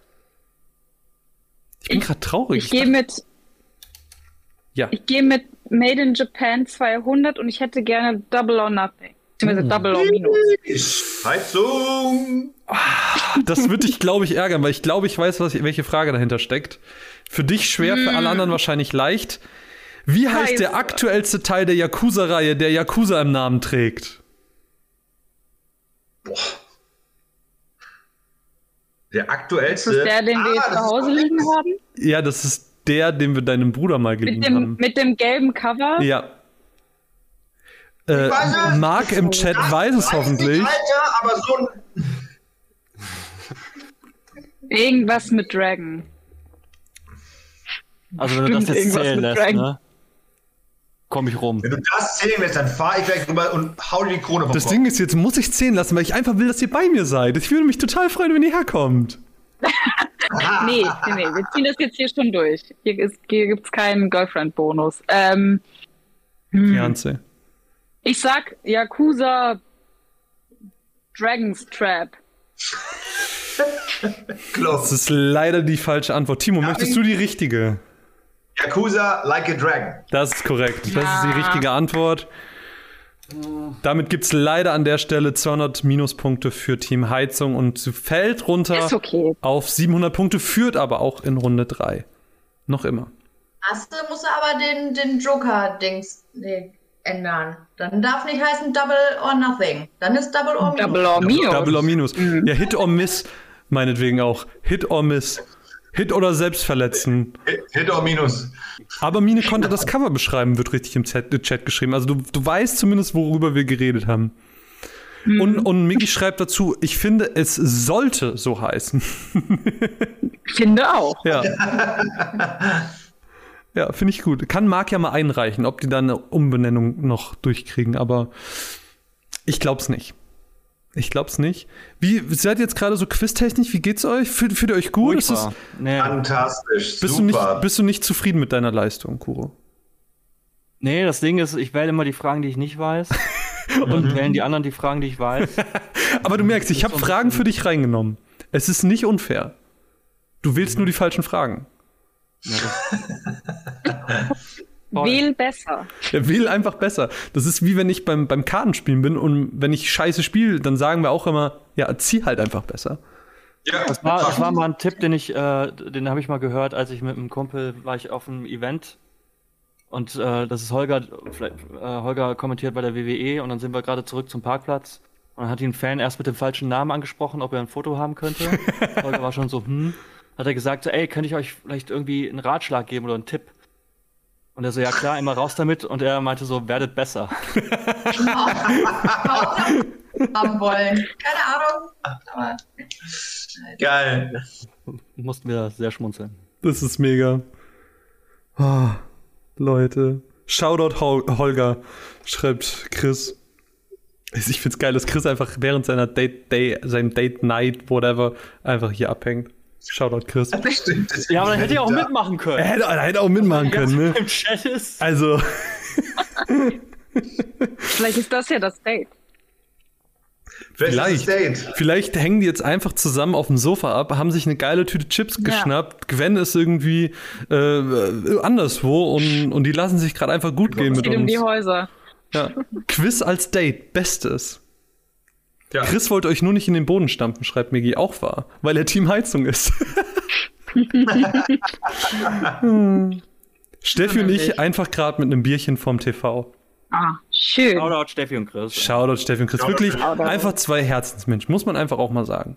Ich bin gerade traurig. Ich gehe mit Made in Japan 200 und ich hätte gerne Double or Nothing. Beziehungsweise Double or Minus. Heizung! Das würde dich, glaube ich, ärgern, weil ich glaube, ich weiß, welche Frage dahinter steckt. Für dich schwer, für alle anderen wahrscheinlich leicht. Wie heißt der aktuellste Teil der Yakuza-Reihe, der Yakuza im Namen trägt? Boah. Der aktuellste? Ist das der, den wir zu Hause liegen haben? Ja, das ist der, den wir deinem Bruder mal geliehen haben. Mit dem gelben Cover? Ja. Marc im Chat weiß es hoffentlich. Alter, aber so ein... Irgendwas mit Dragon. Also wenn du das jetzt zählen lässt, ne? Komm ich rum. Wenn du das zählen lässt, dann fahr ich gleich rüber und hau dir die Krone vom Das Kopf. Ding ist, jetzt muss ich zählen lassen, weil ich einfach will, dass ihr bei mir seid. Ich würde mich total freuen, wenn ihr herkommt. Nee, wir ziehen das jetzt hier schon durch. Hier gibt's keinen Girlfriend-Bonus. Fiancé. Ich sag Yakuza Dragon's Trap. Das ist leider die falsche Antwort. Timo, möchtest du die richtige? Yakuza Like a Dragon. Das ist korrekt. Das ist die richtige Antwort. Damit gibt es leider an der Stelle 200 Minuspunkte für Team Heizung und fällt runter auf 700 Punkte, führt aber auch in Runde 3. Noch immer. Musst du aber den Joker-Dings ändern. Dann darf nicht heißen Double or Nothing. Dann ist Double or Minus. Double or Minus. Double or Minus. Ja, Hit or Miss, meinetwegen auch. Hit or Miss. Hit oder selbstverletzen. Hit or Minus. Aber Mine konnte das Cover beschreiben, wird richtig im Chat geschrieben. Also du weißt zumindest, worüber wir geredet haben. Und Miki schreibt dazu, ich finde, es sollte so heißen. Finde auch. Ja. Ja, finde ich gut. Kann Marc ja mal einreichen, ob die da eine Umbenennung noch durchkriegen, aber ich glaub's nicht. Ich glaub's nicht. Wie seid ihr jetzt gerade so quiztechnisch? Wie geht's euch? Fühlt ihr euch gut? Ist es, Fantastisch, super. Bist du nicht zufrieden mit deiner Leistung, Kuro? Nee, das Ding ist, ich wähle immer die Fragen, die ich nicht weiß. Und wählen die anderen die Fragen, die ich weiß. Aber du merkst, ich habe Fragen für dich reingenommen. Es ist nicht unfair. Du wählst nur die falschen Fragen. Ja, Wähl besser. Ja, wähl einfach besser. Das ist wie wenn ich beim Kartenspielen bin und wenn ich scheiße spiele, dann sagen wir auch immer, ja, zieh halt einfach besser. Ja, das war mal ein Tipp, den habe ich mal gehört, als ich mit einem Kumpel war ich auf einem Event. Und das ist Holger kommentiert bei der WWE und dann sind wir gerade zurück zum Parkplatz. Und dann hat ihn ein Fan erst mit dem falschen Namen angesprochen, ob er ein Foto haben könnte. Holger war schon so, Hat er gesagt, so, ey, könnte ich euch vielleicht irgendwie einen Ratschlag geben oder einen Tipp? Und er so, ja klar, immer raus damit. Und er meinte so, werdet besser. Haben wollen. Keine Ahnung. Aber geil. Mussten wir sehr schmunzeln. Das ist mega. Oh, Leute. Shoutout Holger, schreibt Chris. Ich find's geil, dass Chris einfach während seinem Date Night, whatever, einfach hier abhängt. Shoutout Chris. Ja, aber dann hätte er auch mitmachen können. Er hätte auch mitmachen können, ne? Im Chat ist. Also. Vielleicht ist das ja das Date. Vielleicht hängen die jetzt einfach zusammen auf dem Sofa ab, haben sich eine geile Tüte Chips geschnappt. Gwen ist irgendwie anderswo und die lassen sich gerade einfach gut gehen mit uns. Um die Häuser. Ja. Quiz als Date, Bestes. Ja. Chris wollte euch nur nicht in den Boden stampfen, schreibt Migi, auch wahr, weil er Team Heizung ist. Steffi und ich einfach gerade mit einem Bierchen vorm TV. Ah, schön. Shoutout Steffi und Chris. Shoutout Steffi und Chris. Wirklich einfach zwei Herzensmenschen, muss man einfach auch mal sagen.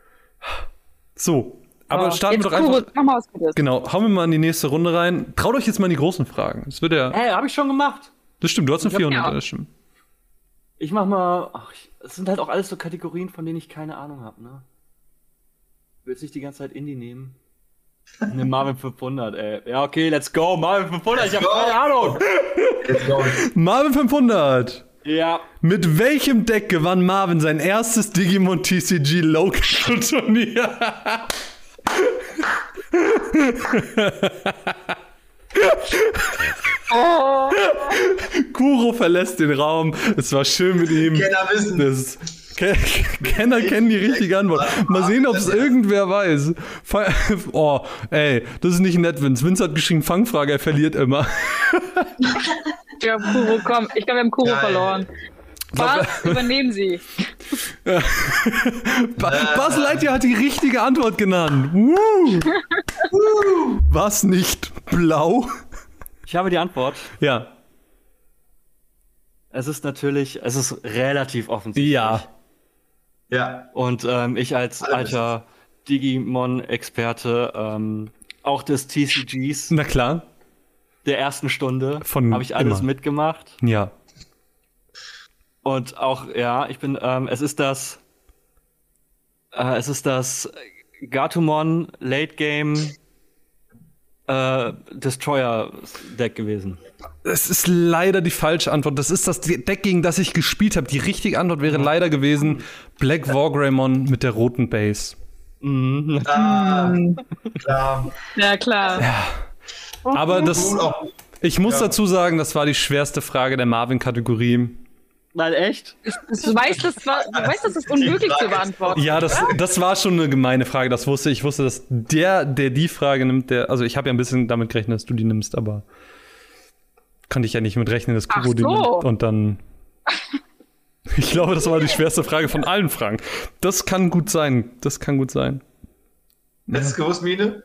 So, aber starten wir doch einfach. Genau, hauen wir mal in die nächste Runde rein. Traut euch jetzt mal in die großen Fragen. Das wird ja. Hab ich schon gemacht. Das stimmt, du hast eine 400. Das stimmt. Ich mach mal. Es sind halt auch alles so Kategorien, von denen ich keine Ahnung habe, ne? Ich will jetzt nicht die ganze Zeit Indie nehmen. Ne, Marvin 500, ey. Ja, okay, let's go. Marvin 500, ich habe keine Ahnung. Let's go. Marvin 500. Ja. Mit welchem Deck gewann Marvin sein erstes Digimon TCG Local Turnier? Oh. Kuro verlässt den Raum. Es war schön mit ihm. Kenner wissen. Kenner kennen die richtige Antwort. Mal sehen, ob es irgendwer weiß. Oh, ey, das ist nicht nett, Vince. Vince hat geschrieben, Fangfrage, er verliert immer. Ja, Kuro, komm. Ich glaube, wir haben Kuro verloren. Was? Übernehmen Sie. Buzz Lightyear hat die richtige Antwort genannt. Was nicht blau? Ich habe die Antwort. Ja. Es ist relativ offensichtlich. Ja. Und ich als alter Digimon-Experte, auch des TCGs. Na klar. Der ersten Stunde habe ich alles mitgemacht. Ja. Und auch, ja, ich bin, es ist das Gatomon Late Game Destroyer Deck gewesen. Das ist leider die falsche Antwort. Das ist das Deck, gegen das ich gespielt habe. Die richtige Antwort wäre leider gewesen Black Wargreymon mit der roten Base. Klar. Ja, klar. Ja. Aber das Ich muss dazu sagen, das war die schwerste Frage der Marvin-Kategorie. Nein, echt? Du weißt, das ist unmöglich zu beantworten. Ja, das war schon eine gemeine Frage, das wusste ich. Ich wusste, dass der die Frage nimmt, also ich habe ja ein bisschen damit gerechnet, dass du die nimmst, aber konnte ich ja nicht mit rechnen, dass Kuro die nimmt. Und dann... Ich glaube, das war die schwerste Frage von allen Fragen. Das kann gut sein. Hättest du es gewusst, Mine?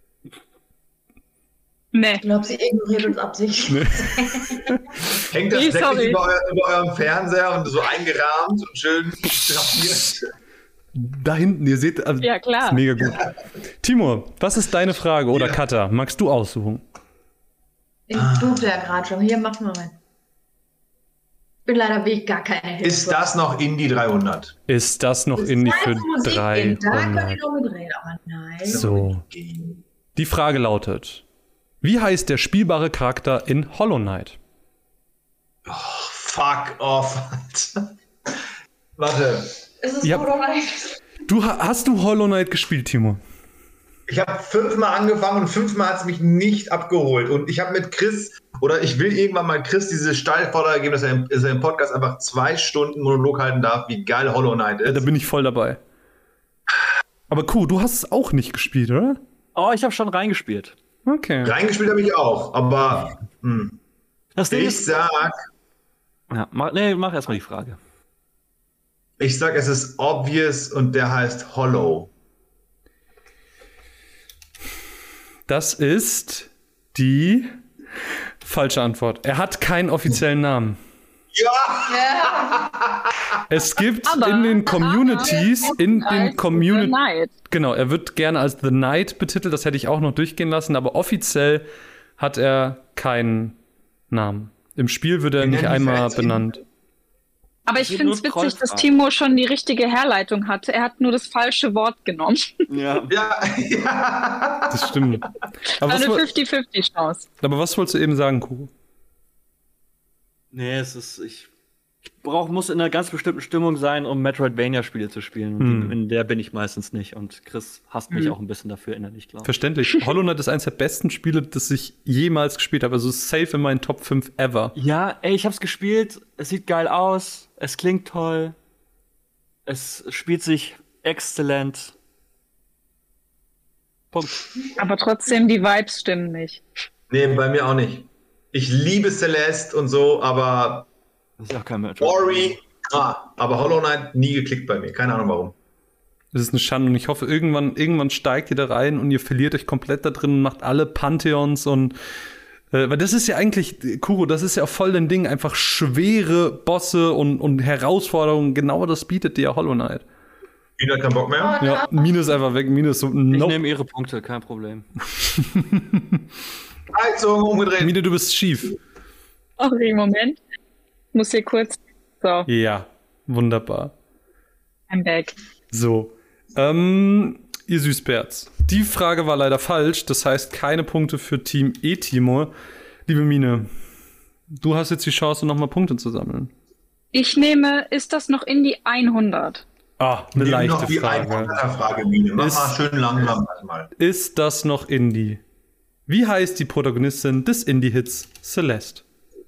Nee. Ich glaube, sie ignoriert uns absichtlich. Nee. Hängt das wirklich über eurem Fernseher und so eingerahmt und schön drapiert? Da hinten, ihr seht, also, ja, klar. Ist mega gut. Timur, was ist deine Frage? Oder Katha, magst du aussuchen? Ich durfte ja gerade schon. Hier, mach mal rein. Bin leider wirklich gar keine Hilfe. Ist das noch Indie 300? Ist das noch Indie für Musik 300? Da könnt ihr doch mitreden, aber nein. So. Die Frage lautet: Wie heißt der spielbare Charakter in Hollow Knight? Oh, fuck off. Warte. Ist es Hollow Knight? Hast du Hollow Knight gespielt, Timo? Ich habe 5-mal angefangen und 5-mal hat es mich nicht abgeholt. Und ich habe mit Chris, oder ich will irgendwann mal Chris diese Steilvorlage geben, dass er im Podcast einfach 2 Stunden Monolog halten darf, wie geil Hollow Knight ist. Ja, da bin ich voll dabei. Aber cool, du hast es auch nicht gespielt, oder? Oh, ich habe schon reingespielt. Okay. Reingespielt habe ich auch, aber ich sag... Ja, mach erstmal die Frage. Ich sag, es ist obvious und der heißt Hollow. Das ist die falsche Antwort. Er hat keinen offiziellen Namen. Ja! Es gibt in den Communities, genau, er wird gerne als The Knight betitelt, das hätte ich auch noch durchgehen lassen, aber offiziell hat er keinen Namen. Im Spiel wird er nicht einmal benannt. Aber ich finde es witzig, dass Timo schon die richtige Herleitung hatte. Er hat nur das falsche Wort genommen. Ja. Das stimmt. Aber eine 50-50 Chance. Aber was wolltest du eben sagen, Kuro? Nee, ich muss in einer ganz bestimmten Stimmung sein, um Metroidvania-Spiele zu spielen. Und in der bin ich meistens nicht. Und Chris hasst mich auch ein bisschen dafür innerlich, glaube ich. Verständlich. Hollow Knight ist eines der besten Spiele, das ich jemals gespielt habe. Also safe in meinen Top 5 ever. Ja, ich hab's gespielt. Es sieht geil aus. Es klingt toll. Es spielt sich exzellent. Punkt. Aber trotzdem, die Vibes stimmen nicht. Nee, bei mir auch nicht. Ich liebe Celeste und so, aber das ist auch kein Metroid. Ori, aber Hollow Knight nie geklickt bei mir. Keine Ahnung warum. Das ist eine Schande und ich hoffe, irgendwann steigt ihr da rein und ihr verliert euch komplett da drin und macht alle Pantheons und weil das ist ja eigentlich, Kuro, das ist ja voll dein Ding, einfach schwere Bosse und Herausforderungen, genau das bietet dir ja Hollow Knight. Mine hat keinen Bock mehr? Ja, Mine ist einfach weg, Mine ist so, nope. Ich nehme ihre Punkte, kein Problem. Heizung umgedreht. Mine, du bist schief. Okay, Moment. Ich muss hier kurz, so. Ja, wunderbar. I'm back. So, ihr Süßbärts. Die Frage war leider falsch, das heißt keine Punkte für Team Timur. Liebe Mine, du hast jetzt die Chance, nochmal Punkte zu sammeln. Ich nehme, ist das noch in die 100? Ah, eine leichte noch die Frage. Frage, Mine. Mach mal schön langsam mal. Ist das noch Indie? Wie heißt die Protagonistin des Indie-Hits Celeste?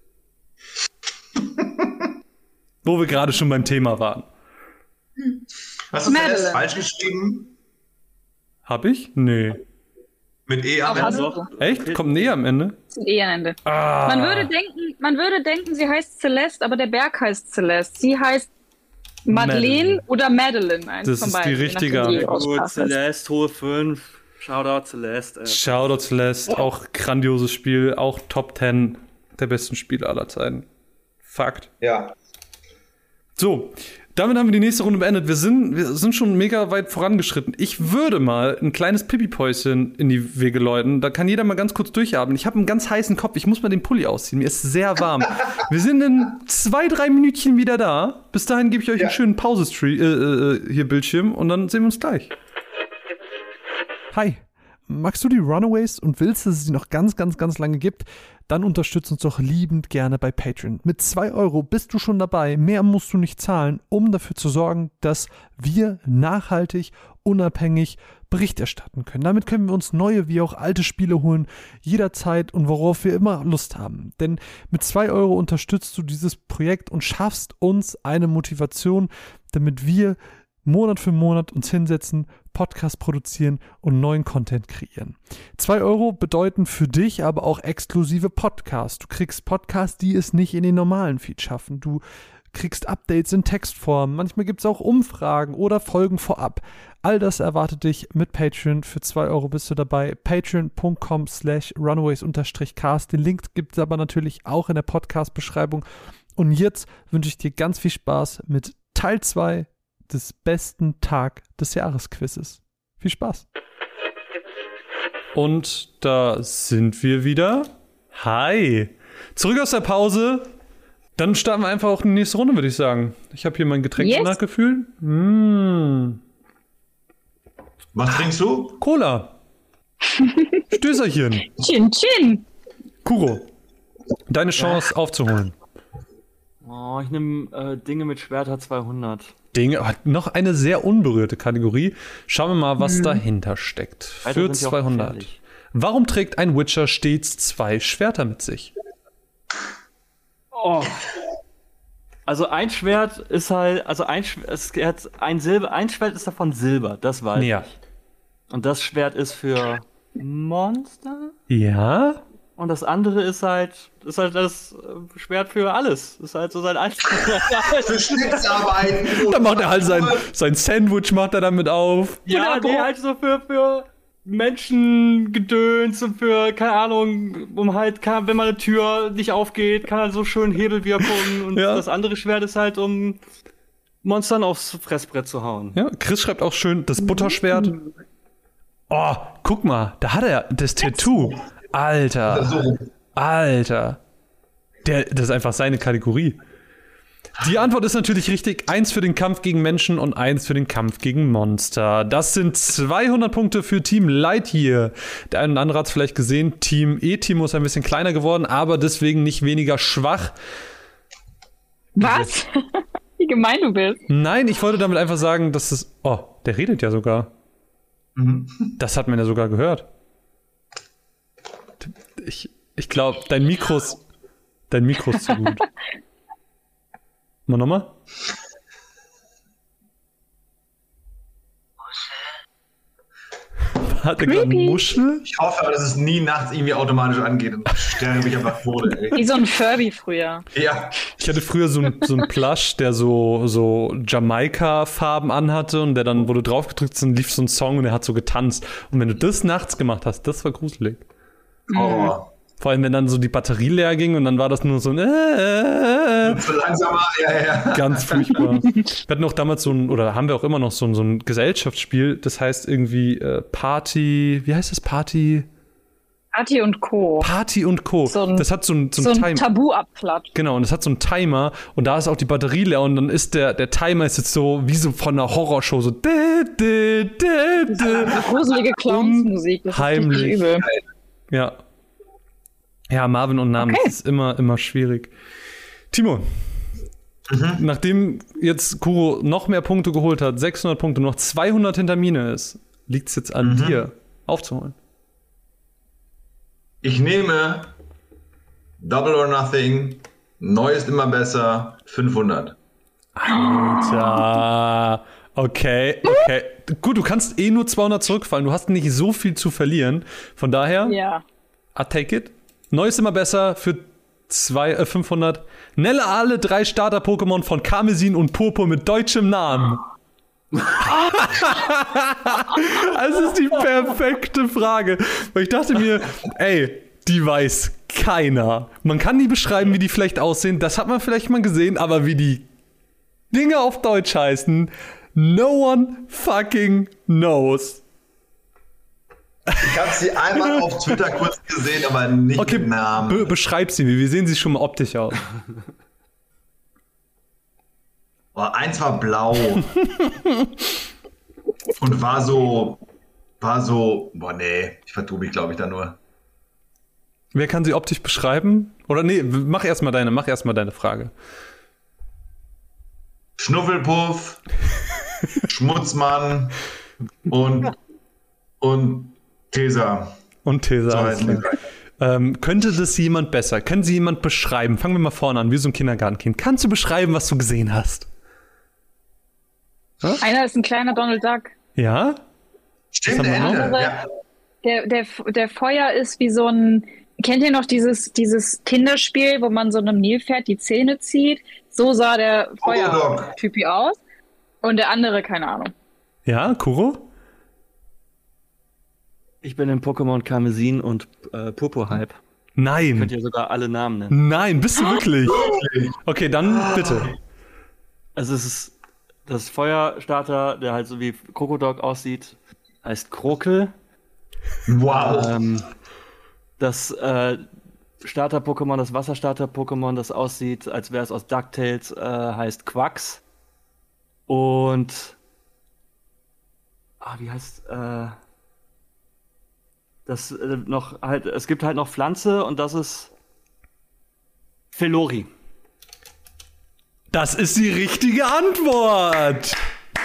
Wo wir gerade schon beim Thema waren. Hast du Celeste falsch geschrieben? Hab ich? Nee. Mit E am Ende? Echt? Kommt ein E am Ende? E am Ende. Man würde denken, sie heißt Celeste, aber der Berg heißt Celeste. Sie heißt Madeleine oder Madeline. Das ist die richtige. Gut, Celeste, hohe 5. Shoutout Celeste. Shoutout Celeste, auch grandioses Spiel, auch Top 10 der besten Spiele aller Zeiten. Fakt. Ja. So, damit haben wir die nächste Runde beendet. Wir sind schon mega weit vorangeschritten. Ich würde mal ein kleines Pipi-Päuschen in die Wege läuten. Da kann jeder mal ganz kurz durchatmen. Ich habe einen ganz heißen Kopf. Ich muss mal den Pulli ausziehen. Mir ist sehr warm. Wir sind in 2-3 Minütchen wieder da. Bis dahin gebe ich euch einen schönen Pause-Bildschirm und dann sehen wir uns gleich. Hi, magst du die Runaways und willst, dass es sie noch ganz, ganz, ganz lange gibt, dann unterstützt uns doch liebend gerne bei Patreon. Mit 2 € bist du schon dabei, mehr musst du nicht zahlen, um dafür zu sorgen, dass wir nachhaltig, unabhängig Bericht erstatten können. Damit können wir uns neue wie auch alte Spiele holen, jederzeit und worauf wir immer Lust haben. Denn mit 2 € unterstützt du dieses Projekt und schaffst uns eine Motivation, damit wir Monat für Monat uns hinsetzen, Podcast produzieren und neuen Content kreieren. 2 € bedeuten für dich aber auch exklusive Podcasts. Du kriegst Podcasts, die es nicht in den normalen Feed schaffen. Du kriegst Updates in Textform. Manchmal gibt es auch Umfragen oder Folgen vorab. All das erwartet dich mit Patreon. Für 2 € bist du dabei. Patreon.com/runaways_cast. Den Link gibt es aber natürlich auch in der Podcast-Beschreibung. Und jetzt wünsche ich dir ganz viel Spaß mit Teil 2 des besten Tag des Jahresquizzes. Viel Spaß. Und da sind wir wieder. Hi. Zurück aus der Pause. Dann starten wir einfach auch in die nächste Runde, würde ich sagen. Ich habe hier mein Getränk nachgefüllt. Was trinkst du? Cola. Stößerchen. Chin, chin. Kuro, deine Chance aufzuholen. Oh, ich nehme Dinge mit Schwerter 200. Dinge, noch eine sehr unberührte Kategorie. Schauen wir mal, was dahinter steckt. Für 200. Warum trägt ein Witcher stets 2 Schwerter mit sich? Oh. Also ein Schwert ist halt, ein Schwert ist davon Silber, das weiß ich. Und das Schwert ist für Monster? Ja. Und das andere ist halt das Schwert für alles. Ist halt so sein Für Schnitzarbeiten. Da macht er halt sein Sandwich macht er damit auf. Ja, nee, halt so für Menschengedöns und für, keine Ahnung, wenn mal eine Tür nicht aufgeht, kann er so schön Hebelwirkung und das andere Schwert ist halt, um Monstern aufs Fressbrett zu hauen. Ja, Chris schreibt auch schön, das Butterschwert. Oh, guck mal, da hat er das Tattoo. Alter. Das ist einfach seine Kategorie. Die Antwort ist natürlich richtig. 1 für den Kampf gegen Menschen und 1 für den Kampf gegen Monster. Das sind 200 Punkte für Team Lightyear. Der eine oder andere hat es vielleicht gesehen. Team E-Team ist ein bisschen kleiner geworden, aber deswegen nicht weniger schwach. Was? Wie gemein du bist. Nein, ich wollte damit einfach sagen, dass es... Oh, der redet ja sogar. Das hat man ja sogar gehört. Ich glaube, dein Mikro ist zu gut. Mal nochmal? Hat er gerade eine Muschel? Ich hoffe, dass es nie nachts irgendwie automatisch angeht und sterbe mich einfach tot, ey. Wie so ein Furby früher. Ja. Ich hatte früher so ein Plush, der so Jamaika-Farben anhatte und der dann, wo du drauf gedrückt hast, dann lief so ein Song und der hat so getanzt. Und wenn du das nachts gemacht hast, das war gruselig. Oh. Vor allem, wenn dann so die Batterie leer ging und dann war das nur so ein So langsamer, ja. Ganz furchtbar. Wir hatten auch damals haben wir auch immer noch so ein Gesellschaftsspiel, das heißt irgendwie Party, wie heißt das? Party und Co. Das hat so ein Timer. Tabu-Abklatsch. Genau, und das hat so einen Timer und da ist auch die Batterie leer und dann ist der Timer ist jetzt so wie so von einer Horrorshow so gruselige Clownsmusik, das heimlich. Ist übel. Ja, Marvin und Namen, das ist immer schwierig. Timo, nachdem jetzt Kuro noch mehr Punkte geholt hat, 600 Punkte, noch 200 hinter Mine ist, liegt es jetzt an dir, aufzuholen. Ich nehme Double or Nothing, neu ist immer besser, 500. Alter. Okay. Gut, du kannst nur 200 zurückfallen, du hast nicht so viel zu verlieren. Von daher, I take it. Neu ist immer besser für 500. Nenne alle 3 Starter-Pokémon von Karmesin und Purpur mit deutschem Namen. Das ist die perfekte Frage. Weil ich dachte mir, die weiß keiner. Man kann die beschreiben, wie die vielleicht aussehen. Das hat man vielleicht mal gesehen. Aber wie die Dinge auf Deutsch heißen, no one fucking knows. Ich habe sie einmal auf Twitter kurz gesehen, aber nicht mit Namen. Beschreib sie mir. Wie sehen sie schon mal optisch aus? Eins war blau und war so war so, ich vertue mich, glaube ich, da nur. Wer kann sie optisch beschreiben? Oder nee, mach erstmal deine Frage. Schnuffelpuff, Schmutzmann und Tesa. Und Tesa. So heißen die drei. Könnte das jemand besser? Können Sie jemand beschreiben? Fangen wir mal vorne an, wie so ein Kindergartenkind. Kannst du beschreiben, was du gesehen hast? Einer ist ein kleiner Donald Duck. Ja? Stimmt, Der Ende. Ja. Der Feuer ist wie so ein... Kennt ihr noch dieses Kinderspiel, wo man so einem Nilpferd die Zähne zieht? So sah der Feuertypi aus. Und der andere, keine Ahnung. Ja, Kuro? Ich bin in Pokémon Karmesin und Purpur-Hype. Nein. Könnt ihr sogar alle Namen nennen. Nein, bist du wirklich? Okay, dann bitte. Also es ist das Feuerstarter, der halt so wie Krokodok aussieht, heißt Krokel. Wow. Das Starter-Pokémon, das Wasserstarter-Pokémon, das aussieht, als wäre es aus DuckTales, heißt Quax. Und wie heißt das noch halt, es gibt halt noch Pflanze und das ist Felori. Das ist die richtige Antwort.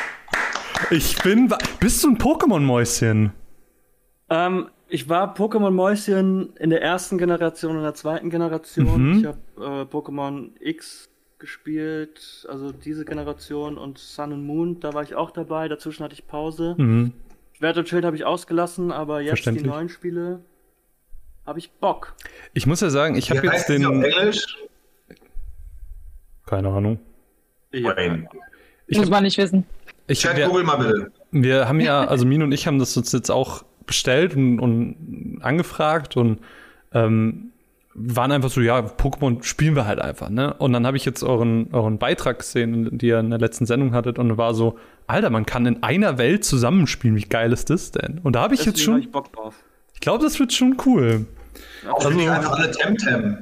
Bist du ein Pokémon-Mäuschen? Ich war Pokémon-Mäuschen in der ersten Generation und der zweiten Generation. Ich habe Pokémon X gespielt, also diese Generation, und Sun and Moon, da war ich auch dabei. Dazwischen hatte ich Pause. Schwert und Schild habe ich ausgelassen, aber jetzt die neuen Spiele habe ich Bock. Ich muss ja sagen, ich habe jetzt den... Auf Englisch? Keine Ahnung. Muss man nicht wissen. Google mal bitte. Wir haben ja, also Mine und ich haben das uns jetzt auch bestellt und angefragt und waren einfach so, ja, Pokémon spielen wir halt einfach, ne? Und dann habe ich jetzt euren Beitrag gesehen, die ihr in der letzten Sendung hattet, und war so, Alter, man kann in einer Welt zusammenspielen, wie geil ist das denn? Und da habe ich jetzt schon... Ich Bock drauf. Ich glaube, das wird schon cool. Also nicht einfach alle Temtem.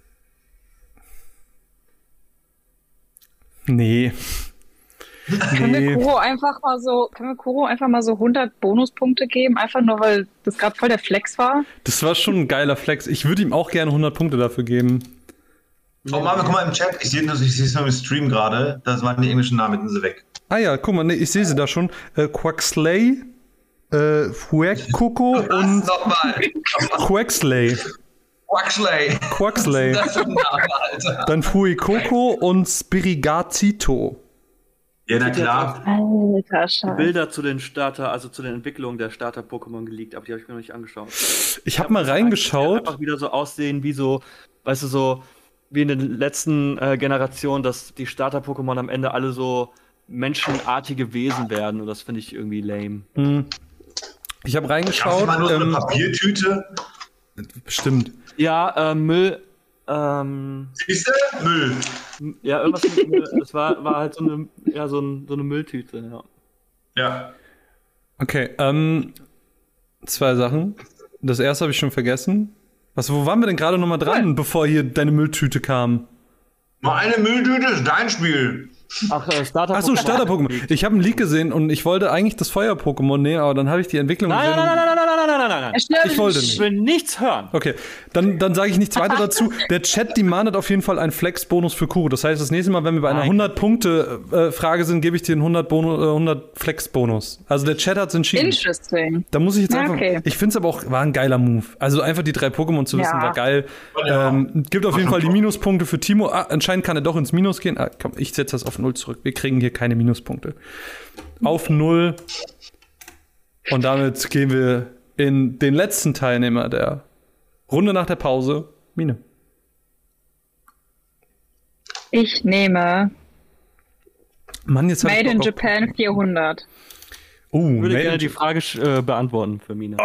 Nee. Können wir Kuro einfach mal so 100 Bonuspunkte geben, einfach nur, weil das gerade voll der Flex war? Das war schon ein geiler Flex. Ich würde ihm auch gerne 100 Punkte dafür geben. Oh Mann, guck mal im Chat. Ich sehe es nur im Stream gerade. Das waren die englischen Namen, sind sie weg. Ah ja, guck mal, nee, ich sehe sie da schon. Quaxley, Fuecoco und Quaxley. Quaxley. Das ist ein Name, Alter. Dann Fuecoco und Spirigatito. Ja, na klar. Alter, Scheiße. Bilder zu den also zu den Entwicklungen der Starter-Pokémon geleakt, aber die habe ich mir noch nicht angeschaut. Ich habe mal reingeschaut. Einfach wieder so aussehen wie so, weißt du, so wie in den letzten Generationen, dass die Starter-Pokémon am Ende alle so menschenartige Wesen werden, und das finde ich irgendwie lame. Ich habe reingeschaut. Mal nur so eine Papiertüte. Bestimmt. Ja, Müll. Siehst du? Müll. Ja, irgendwas mit Müll. Das war halt so eine Mülltüte, ja. Ja. Okay, 2 Sachen. Das erste habe ich schon vergessen. Wo waren wir denn gerade nochmal dran, bevor hier deine Mülltüte kam? Mal eine Mülltüte ist dein Spiel. Starter-Pokémon. Starter-Pokémon. Ich habe einen Leak gesehen und ich wollte eigentlich das Feuer-Pokémon nehmen, aber dann habe ich die Entwicklung gesehen. Nein. Ich wollte nicht. Ich will nichts hören. Okay, dann sage ich nichts weiter dazu. Der Chat demandet auf jeden Fall einen Flex-Bonus für Kuro. Das heißt, das nächste Mal, wenn wir bei einer 100-Punkte-Frage sind, gebe ich dir einen 100 Flex-Bonus. Also der Chat hat es entschieden. Interesting. Da muss ich jetzt einfach... Ich finde es aber auch, war ein geiler Move. Also einfach die 3 Pokémon zu wissen, war geil. Gibt auf jeden Fall die Minuspunkte für Timo. Anscheinend kann er doch ins Minus gehen. Komm, ich setze das auf 0 zurück. Wir kriegen hier keine Minuspunkte. Auf 0. Und damit gehen wir in den letzten Teilnehmer der Runde nach der Pause. Mine. Ich nehme Mann, jetzt Made in Japan 400. Ich würde gerne die Frage beantworten für Mine.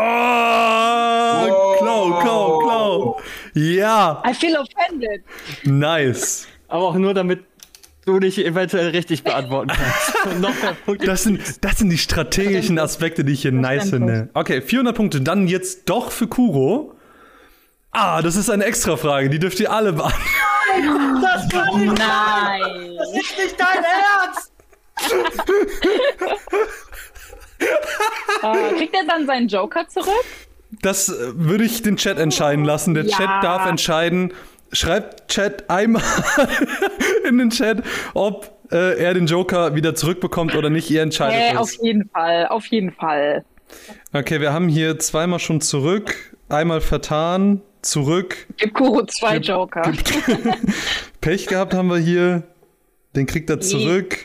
Klau. Ja. I feel offended. Nice. Aber auch nur, damit du dich eventuell richtig beantworten kannst. Das sind die strategischen Aspekte, die ich hier nice finde. Okay, 400 Punkte. Dann jetzt doch für Kuro. Das ist eine Extra-Frage. Die dürft ihr alle beantworten. Nein. Das ist nicht dein Ernst! Kriegt er dann seinen Joker zurück? Das würde ich den Chat entscheiden lassen. Der Chat darf entscheiden. Schreibt Chat einmal in den Chat, ob er den Joker wieder zurückbekommt oder nicht. Ihr entscheidet es. Auf jeden Fall. Okay, wir haben hier zweimal schon zurück, einmal vertan, zurück. Gib Kuro 2 Joker. Pech gehabt haben wir hier. Den kriegt er zurück.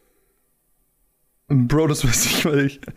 Bro, das weiß ich mal nicht.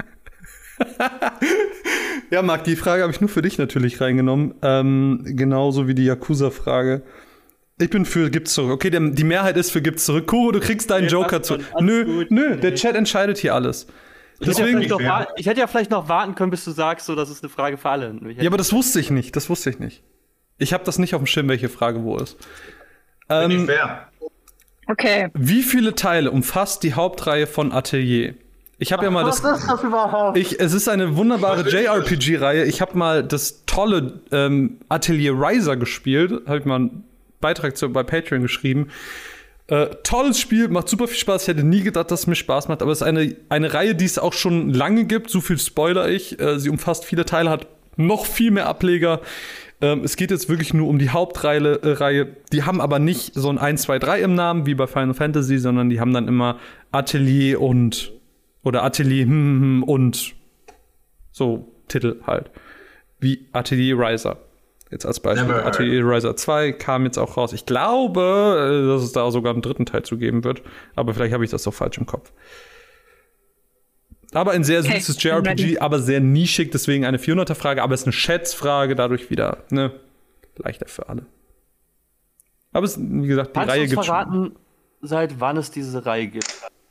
Ja, Marc, die Frage habe ich nur für dich natürlich reingenommen. Genauso wie die Yakuza-Frage. Ich bin für gibt's zurück. Okay, die Mehrheit ist für gibt's zurück. Kuro, du kriegst deinen Joker zurück. Nö, der Chat entscheidet hier alles. Deswegen, ich hätte ja vielleicht noch warten können, bis du sagst, so, das ist eine Frage für alle. Ja, aber das wusste ich nicht. Ich habe das nicht auf dem Schirm, welche Frage wo ist. Nicht fair. Okay. Wie viele Teile umfasst die Hauptreihe von Atelier? Ich habe ja mal das. Was ist das überhaupt? Es ist eine wunderbare JRPG-Reihe. Ich habe mal das tolle Atelier Ryza gespielt. Habe ich mal einen Beitrag bei Patreon geschrieben. Tolles Spiel, macht super viel Spaß. Ich hätte nie gedacht, dass es mir Spaß macht. Aber es ist eine Reihe, die es auch schon lange gibt. So viel spoiler ich. Sie umfasst viele Teile, hat noch viel mehr Ableger. Es geht jetzt wirklich nur um die Hauptreihe. Die haben aber nicht so ein 1, 2, 3 im Namen, wie bei Final Fantasy, sondern die haben dann immer Atelier und oder Atelier und so Titel halt. Wie Atelier Ryza. Jetzt als Beispiel. Atelier Ryza 2 kam jetzt auch raus. Ich glaube, dass es da sogar einen dritten Teil zu geben wird. Aber vielleicht habe ich das doch falsch im Kopf. Aber ein sehr süßes JRPG, aber sehr nischig. Deswegen eine 400er-Frage. Aber es ist eine Schätzfrage. Dadurch wieder leichter für alle. Aber es, wie gesagt, die Reihe gibt es schon. Kannst du uns verraten, seit wann es diese Reihe gibt?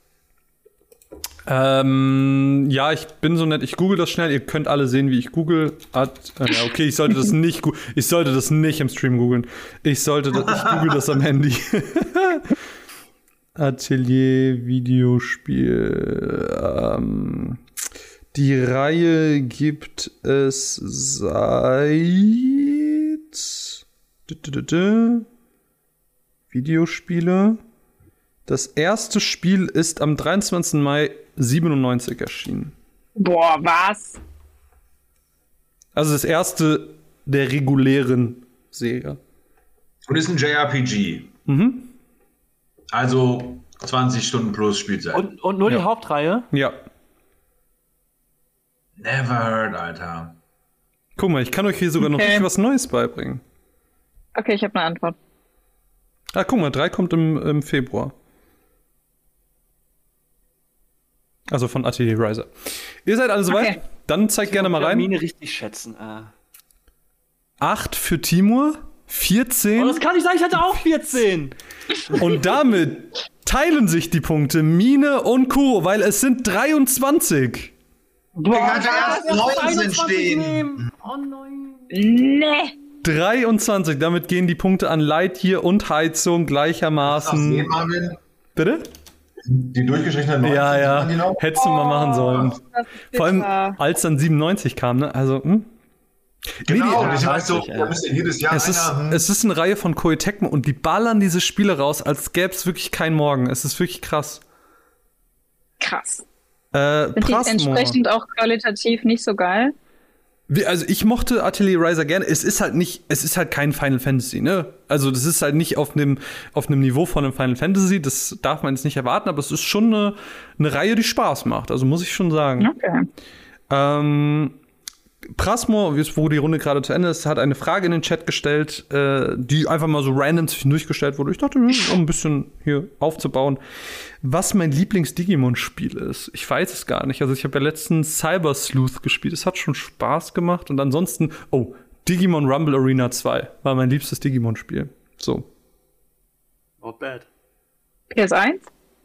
Ja, ich bin so nett, ich google das schnell, ihr könnt alle sehen, wie ich google. Okay, ich sollte das nicht im Stream googeln. Ich google das am Handy. Atelier Videospiel. Die Reihe gibt es seit Videospiele. Das erste Spiel ist am 23. Mai 97 erschienen. Boah, was? Also das erste der regulären Serie. Und ist ein JRPG. Mhm. Also 20 Stunden plus Spielzeit. Und nur die Hauptreihe? Ja. Never heard, Alter. Guck mal, ich kann euch hier sogar noch richtig was Neues beibringen. Okay, ich habe eine Antwort. Guck mal, 3 kommt im Februar. Also von Atelier Ryza. Ihr seid alle soweit? Okay. Dann zeigt gerne mal rein. Mine richtig schätzen. 8 für Timur, 14. Oh, das kann nicht sein, ich hatte auch 14. Und damit teilen sich die Punkte Mine und Kuro, weil es sind 23. Boah, kann erst 19 stehen. Oh nein. Nee. 23, damit gehen die Punkte an Lightyear und Heizung gleichermaßen. Bitte? Die durchgestrichenen 19. Ja. Hättest du mal machen sollen. Vor allem, als dann 97 kam, ne? Also, Genau, ich weiß so, da müsst ihr jedes Jahr es ist eine Reihe von Koei Tecmo und die ballern diese Spiele raus, als gäbe es wirklich keinen Morgen. Es ist wirklich krass. Krass. Sind die entsprechend auch qualitativ nicht so geil? Also ich mochte Atelier Ryza gerne. Es ist halt kein Final Fantasy, ne? Also das ist halt nicht auf einem Niveau von einem Final Fantasy. Das darf man jetzt nicht erwarten, aber es ist schon eine Reihe, die Spaß macht. Also muss ich schon sagen. Okay. Prasmo, wo die Runde gerade zu Ende ist, hat eine Frage in den Chat gestellt, die einfach mal so random zwischendurch gestellt wurde. Ich dachte, um ein bisschen hier aufzubauen, was mein Lieblings-Digimon-Spiel ist. Ich weiß es gar nicht. Also ich habe ja letztens Cyber Sleuth gespielt. Es hat schon Spaß gemacht. Und ansonsten, Digimon Rumble Arena 2 war mein liebstes Digimon-Spiel. So. Not bad. PS1?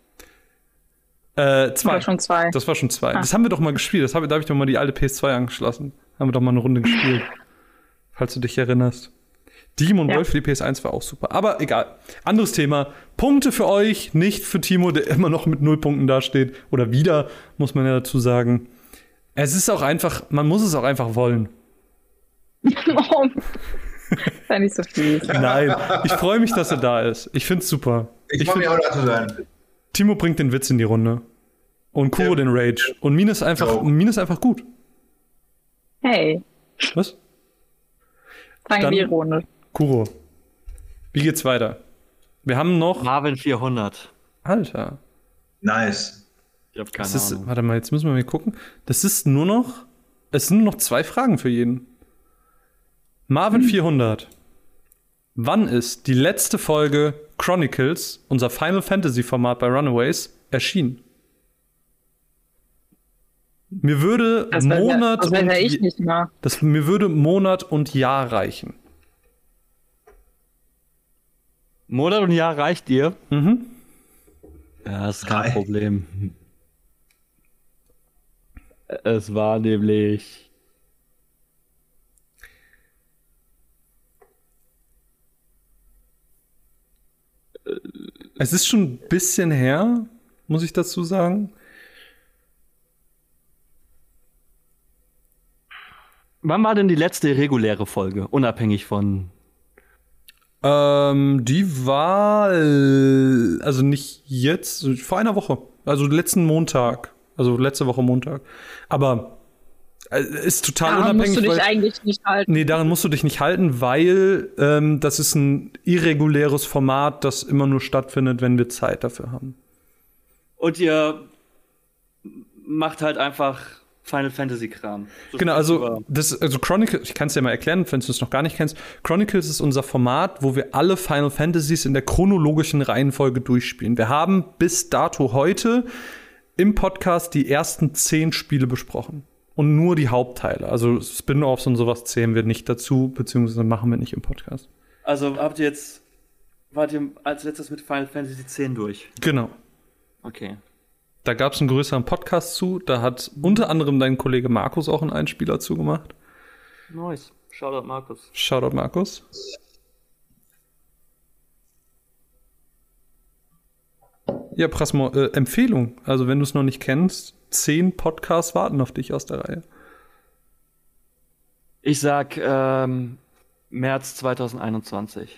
2. Das war schon 2. Das war schon 2. Das haben wir doch mal gespielt. Da habe ich doch mal die alte PS2 angeschlossen. Haben wir doch mal eine Runde gespielt. Falls du dich erinnerst. Digimon Wolf für die PS1 war auch super. Aber egal. Anderes Thema. Punkte für euch, nicht für Timo, der immer noch mit 0 Punkten dasteht. Oder wieder, muss man ja dazu sagen. Es ist auch einfach, man muss es auch einfach wollen. Sei nicht so fies. Nein, ich freue mich, dass er da ist. Ich find's super. Ich freue mich auch, da zu sein. Timo bringt den Witz in die Runde. Und Kuro den Rage. Und Mine ist einfach gut. Hey. Was? Fangen wir Runde. Kuro. Wie geht's weiter? Wir haben noch. Marvin 400. Alter. Nice. Ich hab keine Ahnung. Warte mal, jetzt müssen wir mal gucken. Es sind nur noch 2 Fragen für jeden. Marvin 400. Wann ist die letzte Folge Chronicles, unser Final Fantasy Format bei Runaways, erschienen? Mir würde mir würde Monat und Jahr reichen. Monat und Jahr reicht dir? Mhm. Ja, das ist kein Problem. Es war nämlich... Es ist schon ein bisschen her, muss ich dazu sagen. Wann war denn die letzte reguläre Folge, unabhängig von... Die war, also nicht jetzt, vor einer Woche. Also letzten Montag. Also letzte Woche Montag. Aber ist total daran unabhängig. Daran musst du dich eigentlich nicht halten. Nee, daran musst du dich nicht halten, weil das ist ein irreguläres Format, das immer nur stattfindet, wenn wir Zeit dafür haben. Und ihr macht halt einfach Final Fantasy Kram. So genau, also Chronicles, ich kann es dir mal erklären, wenn du es noch gar nicht kennst. Chronicles ist unser Format, wo wir alle Final Fantasies in der chronologischen Reihenfolge durchspielen. Wir haben bis dato heute im Podcast die ersten 10 Spiele besprochen. Und nur die Hauptteile. Also Spin-offs und sowas zählen wir nicht dazu, beziehungsweise machen wir nicht im Podcast. Also wart ihr als letztes mit Final Fantasy X durch? Genau. Okay. Da gab es einen größeren Podcast zu. Da hat unter anderem dein Kollege Markus auch einen Einspieler zugemacht. Nice. Shoutout Markus. Shoutout Markus. Ja, Prasmo, Empfehlung. Also wenn du es noch nicht kennst, 10 Podcasts warten auf dich aus der Reihe. Ich sag März 2021.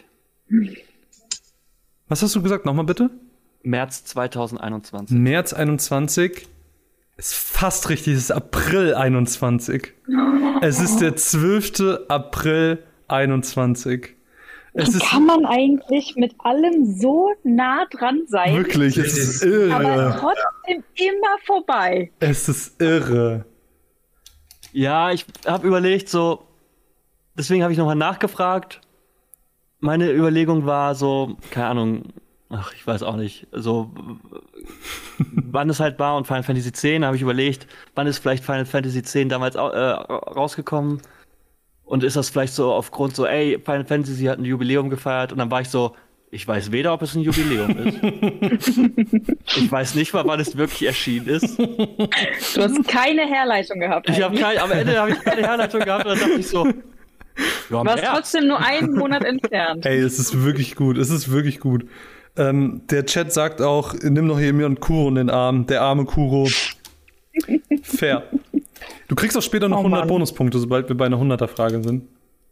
Was hast du gesagt? Nochmal bitte? März 2021. März 21 ist fast richtig, es ist April 21. Es ist der 12. April 21. Kann man eigentlich mit allem so nah dran sein? Wirklich, es ist irre. Aber trotzdem immer vorbei. Es ist irre. Ja, ich habe überlegt, deswegen habe ich nochmal nachgefragt. Meine Überlegung war keine Ahnung, ich weiß auch nicht, wann es halt war und Final Fantasy X, habe ich überlegt, wann ist vielleicht Final Fantasy X damals rausgekommen und ist das vielleicht aufgrund Final Fantasy hat ein Jubiläum gefeiert und dann war ich ich weiß weder, ob es ein Jubiläum ist. Ich weiß nicht mal, wann es wirklich erschienen ist. Du hast keine Herleitung gehabt. Am Ende habe ich keine Herleitung gehabt und dann dachte ich du warst trotzdem nur einen Monat entfernt. Ey, es ist wirklich gut, der Chat sagt auch, nimm doch hier mir und Kuro in den Arm, der arme Kuro. Fair. Du kriegst auch später noch 100 Bonuspunkte, sobald wir bei einer 100er-Frage sind.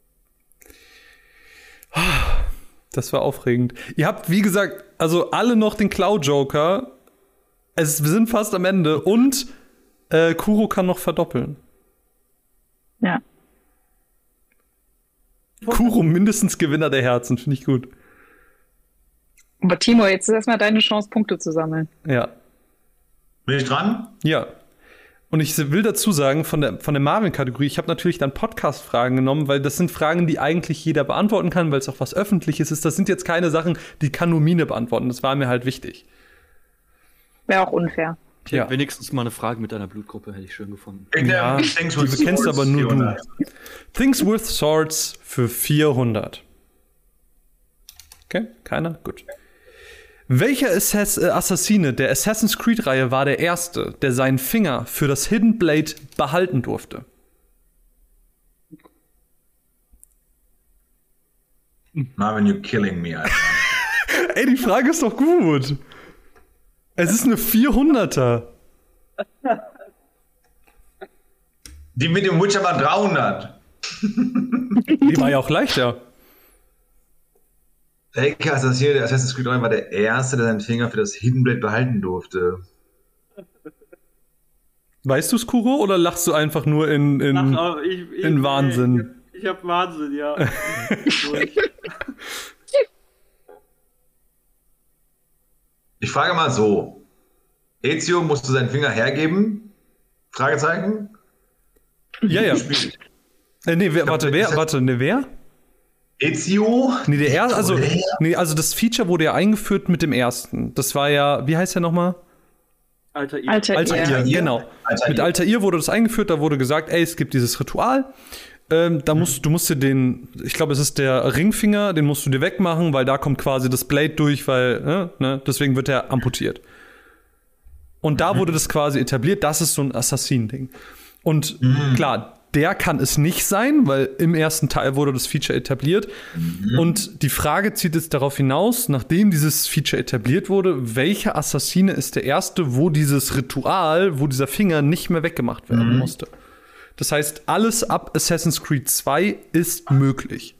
Das war aufregend. Ihr habt, wie gesagt, also alle noch den Cloud-Joker. Wir sind fast am Ende und Kuro kann noch verdoppeln. Ja. Kuro mindestens Gewinner der Herzen, finde ich gut. Aber Timo, jetzt ist erstmal deine Chance, Punkte zu sammeln. Ja. Bin ich dran? Ja. Und ich will dazu sagen, von der Marvin-Kategorie, ich habe natürlich dann Podcast-Fragen genommen, weil das sind Fragen, die eigentlich jeder beantworten kann, weil es auch was Öffentliches ist. Das sind jetzt keine Sachen, die kann nur Mine beantworten. Das war mir halt wichtig. Wäre auch unfair. Ja. Wenigstens mal eine Frage mit deiner Blutgruppe hätte ich schön gefunden. Die kennst aber nur 400. Du. Things with Swords für 400. Okay, keiner? Gut. Welcher Assassine der Assassin's Creed-Reihe war der erste, der seinen Finger für das Hidden Blade behalten durfte? Marvin, you're killing me, Alter. Ey, die Frage ist doch gut. Es ist eine 400er. Die mit dem Witcher war 300. Die war ja auch leichter. Welcher Assassine der Assassin's Creed 3 war der erste, der seinen Finger für das Hidden Blade behalten durfte? Weißt du es, Kuro, oder lachst du einfach nur in Wahnsinn? Ich hab Wahnsinn, ja. Ich frage mal so. Ezio, musst du seinen Finger hergeben? Fragezeichen? Ja. Wer? Ezio? Nee, der erste, also das Feature wurde ja eingeführt mit dem ersten. Das war ja, wie heißt der nochmal? Altair, genau. Altair. Mit Altair wurde das eingeführt, da wurde gesagt, ey, es gibt dieses Ritual. Du musst dir den, ich glaube, es ist der Ringfinger, den musst du dir wegmachen, weil da kommt quasi das Blade durch, weil, deswegen wird er amputiert. Und da wurde das quasi etabliert, das ist so ein Assassin-Ding. Und klar, der kann es nicht sein, weil im ersten Teil wurde das Feature etabliert. Und die Frage zieht jetzt darauf hinaus, nachdem dieses Feature etabliert wurde, welcher Assassine ist der erste, wo dieses Ritual, wo dieser Finger nicht mehr weggemacht werden musste. Das heißt, alles ab Assassin's Creed 2 ist möglich.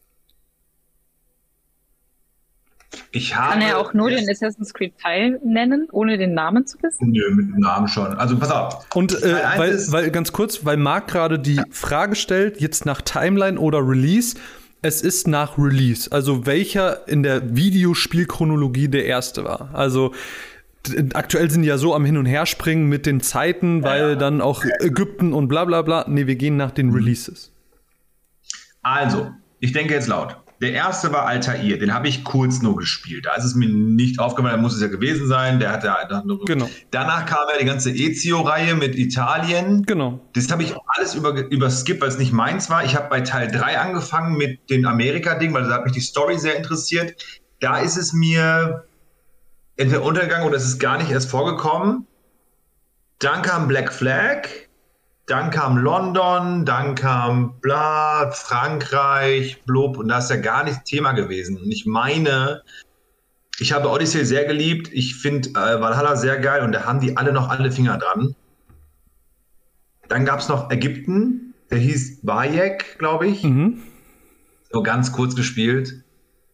Kann er auch nur den Assassin's Creed Teil nennen, ohne den Namen zu wissen? Nö, mit dem Namen schon. Also pass auf. Und weil ganz kurz, weil Marc gerade die Frage stellt, jetzt nach Timeline oder Release, es ist nach Release. Also welcher in der Videospielchronologie der erste war. Also aktuell sind die ja so am Hin- und Herspringen mit den Zeiten, weil dann auch Ägypten und bla bla bla. Nee, wir gehen nach den Releases. Also, ich denke jetzt laut. Der erste war Altair, den habe ich kurz nur gespielt. Da ist es mir nicht aufgefallen, da muss es ja gewesen sein. Der hat ja genau. Danach kam ja die ganze Ezio-Reihe mit Italien. Genau. Das habe ich alles überskippt, weil es nicht meins war. Ich habe bei Teil 3 angefangen mit dem Amerika-Ding, weil da hat mich die Story sehr interessiert. Da ist es mir entweder untergegangen oder es ist gar nicht erst vorgekommen. Dann kam Black Flag. Dann kam London, dann kam bla, Frankreich, blub, und das ist ja gar nicht Thema gewesen. Und ich meine, ich habe Odyssey sehr geliebt, ich finde Valhalla sehr geil und da haben die noch alle Finger dran. Dann gab es noch Ägypten, der hieß Bayek, glaube ich. So ganz kurz gespielt.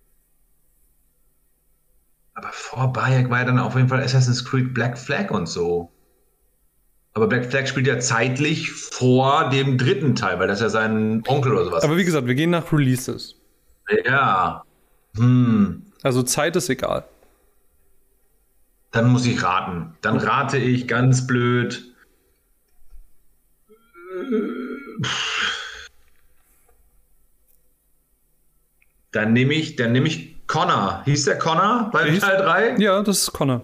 Aber vor Bayek war ja dann auf jeden Fall Assassin's Creed Black Flag und so. Aber Black Flag spielt ja zeitlich vor dem dritten Teil, weil das ja sein Onkel oder sowas ist. Aber wie gesagt, wir gehen nach Releases. Ja. Also Zeit ist egal. Dann muss ich raten. Dann rate ich ganz blöd. Dann nehme ich Connor. Hieß der Connor bei Teil 3? Ja, das ist Connor.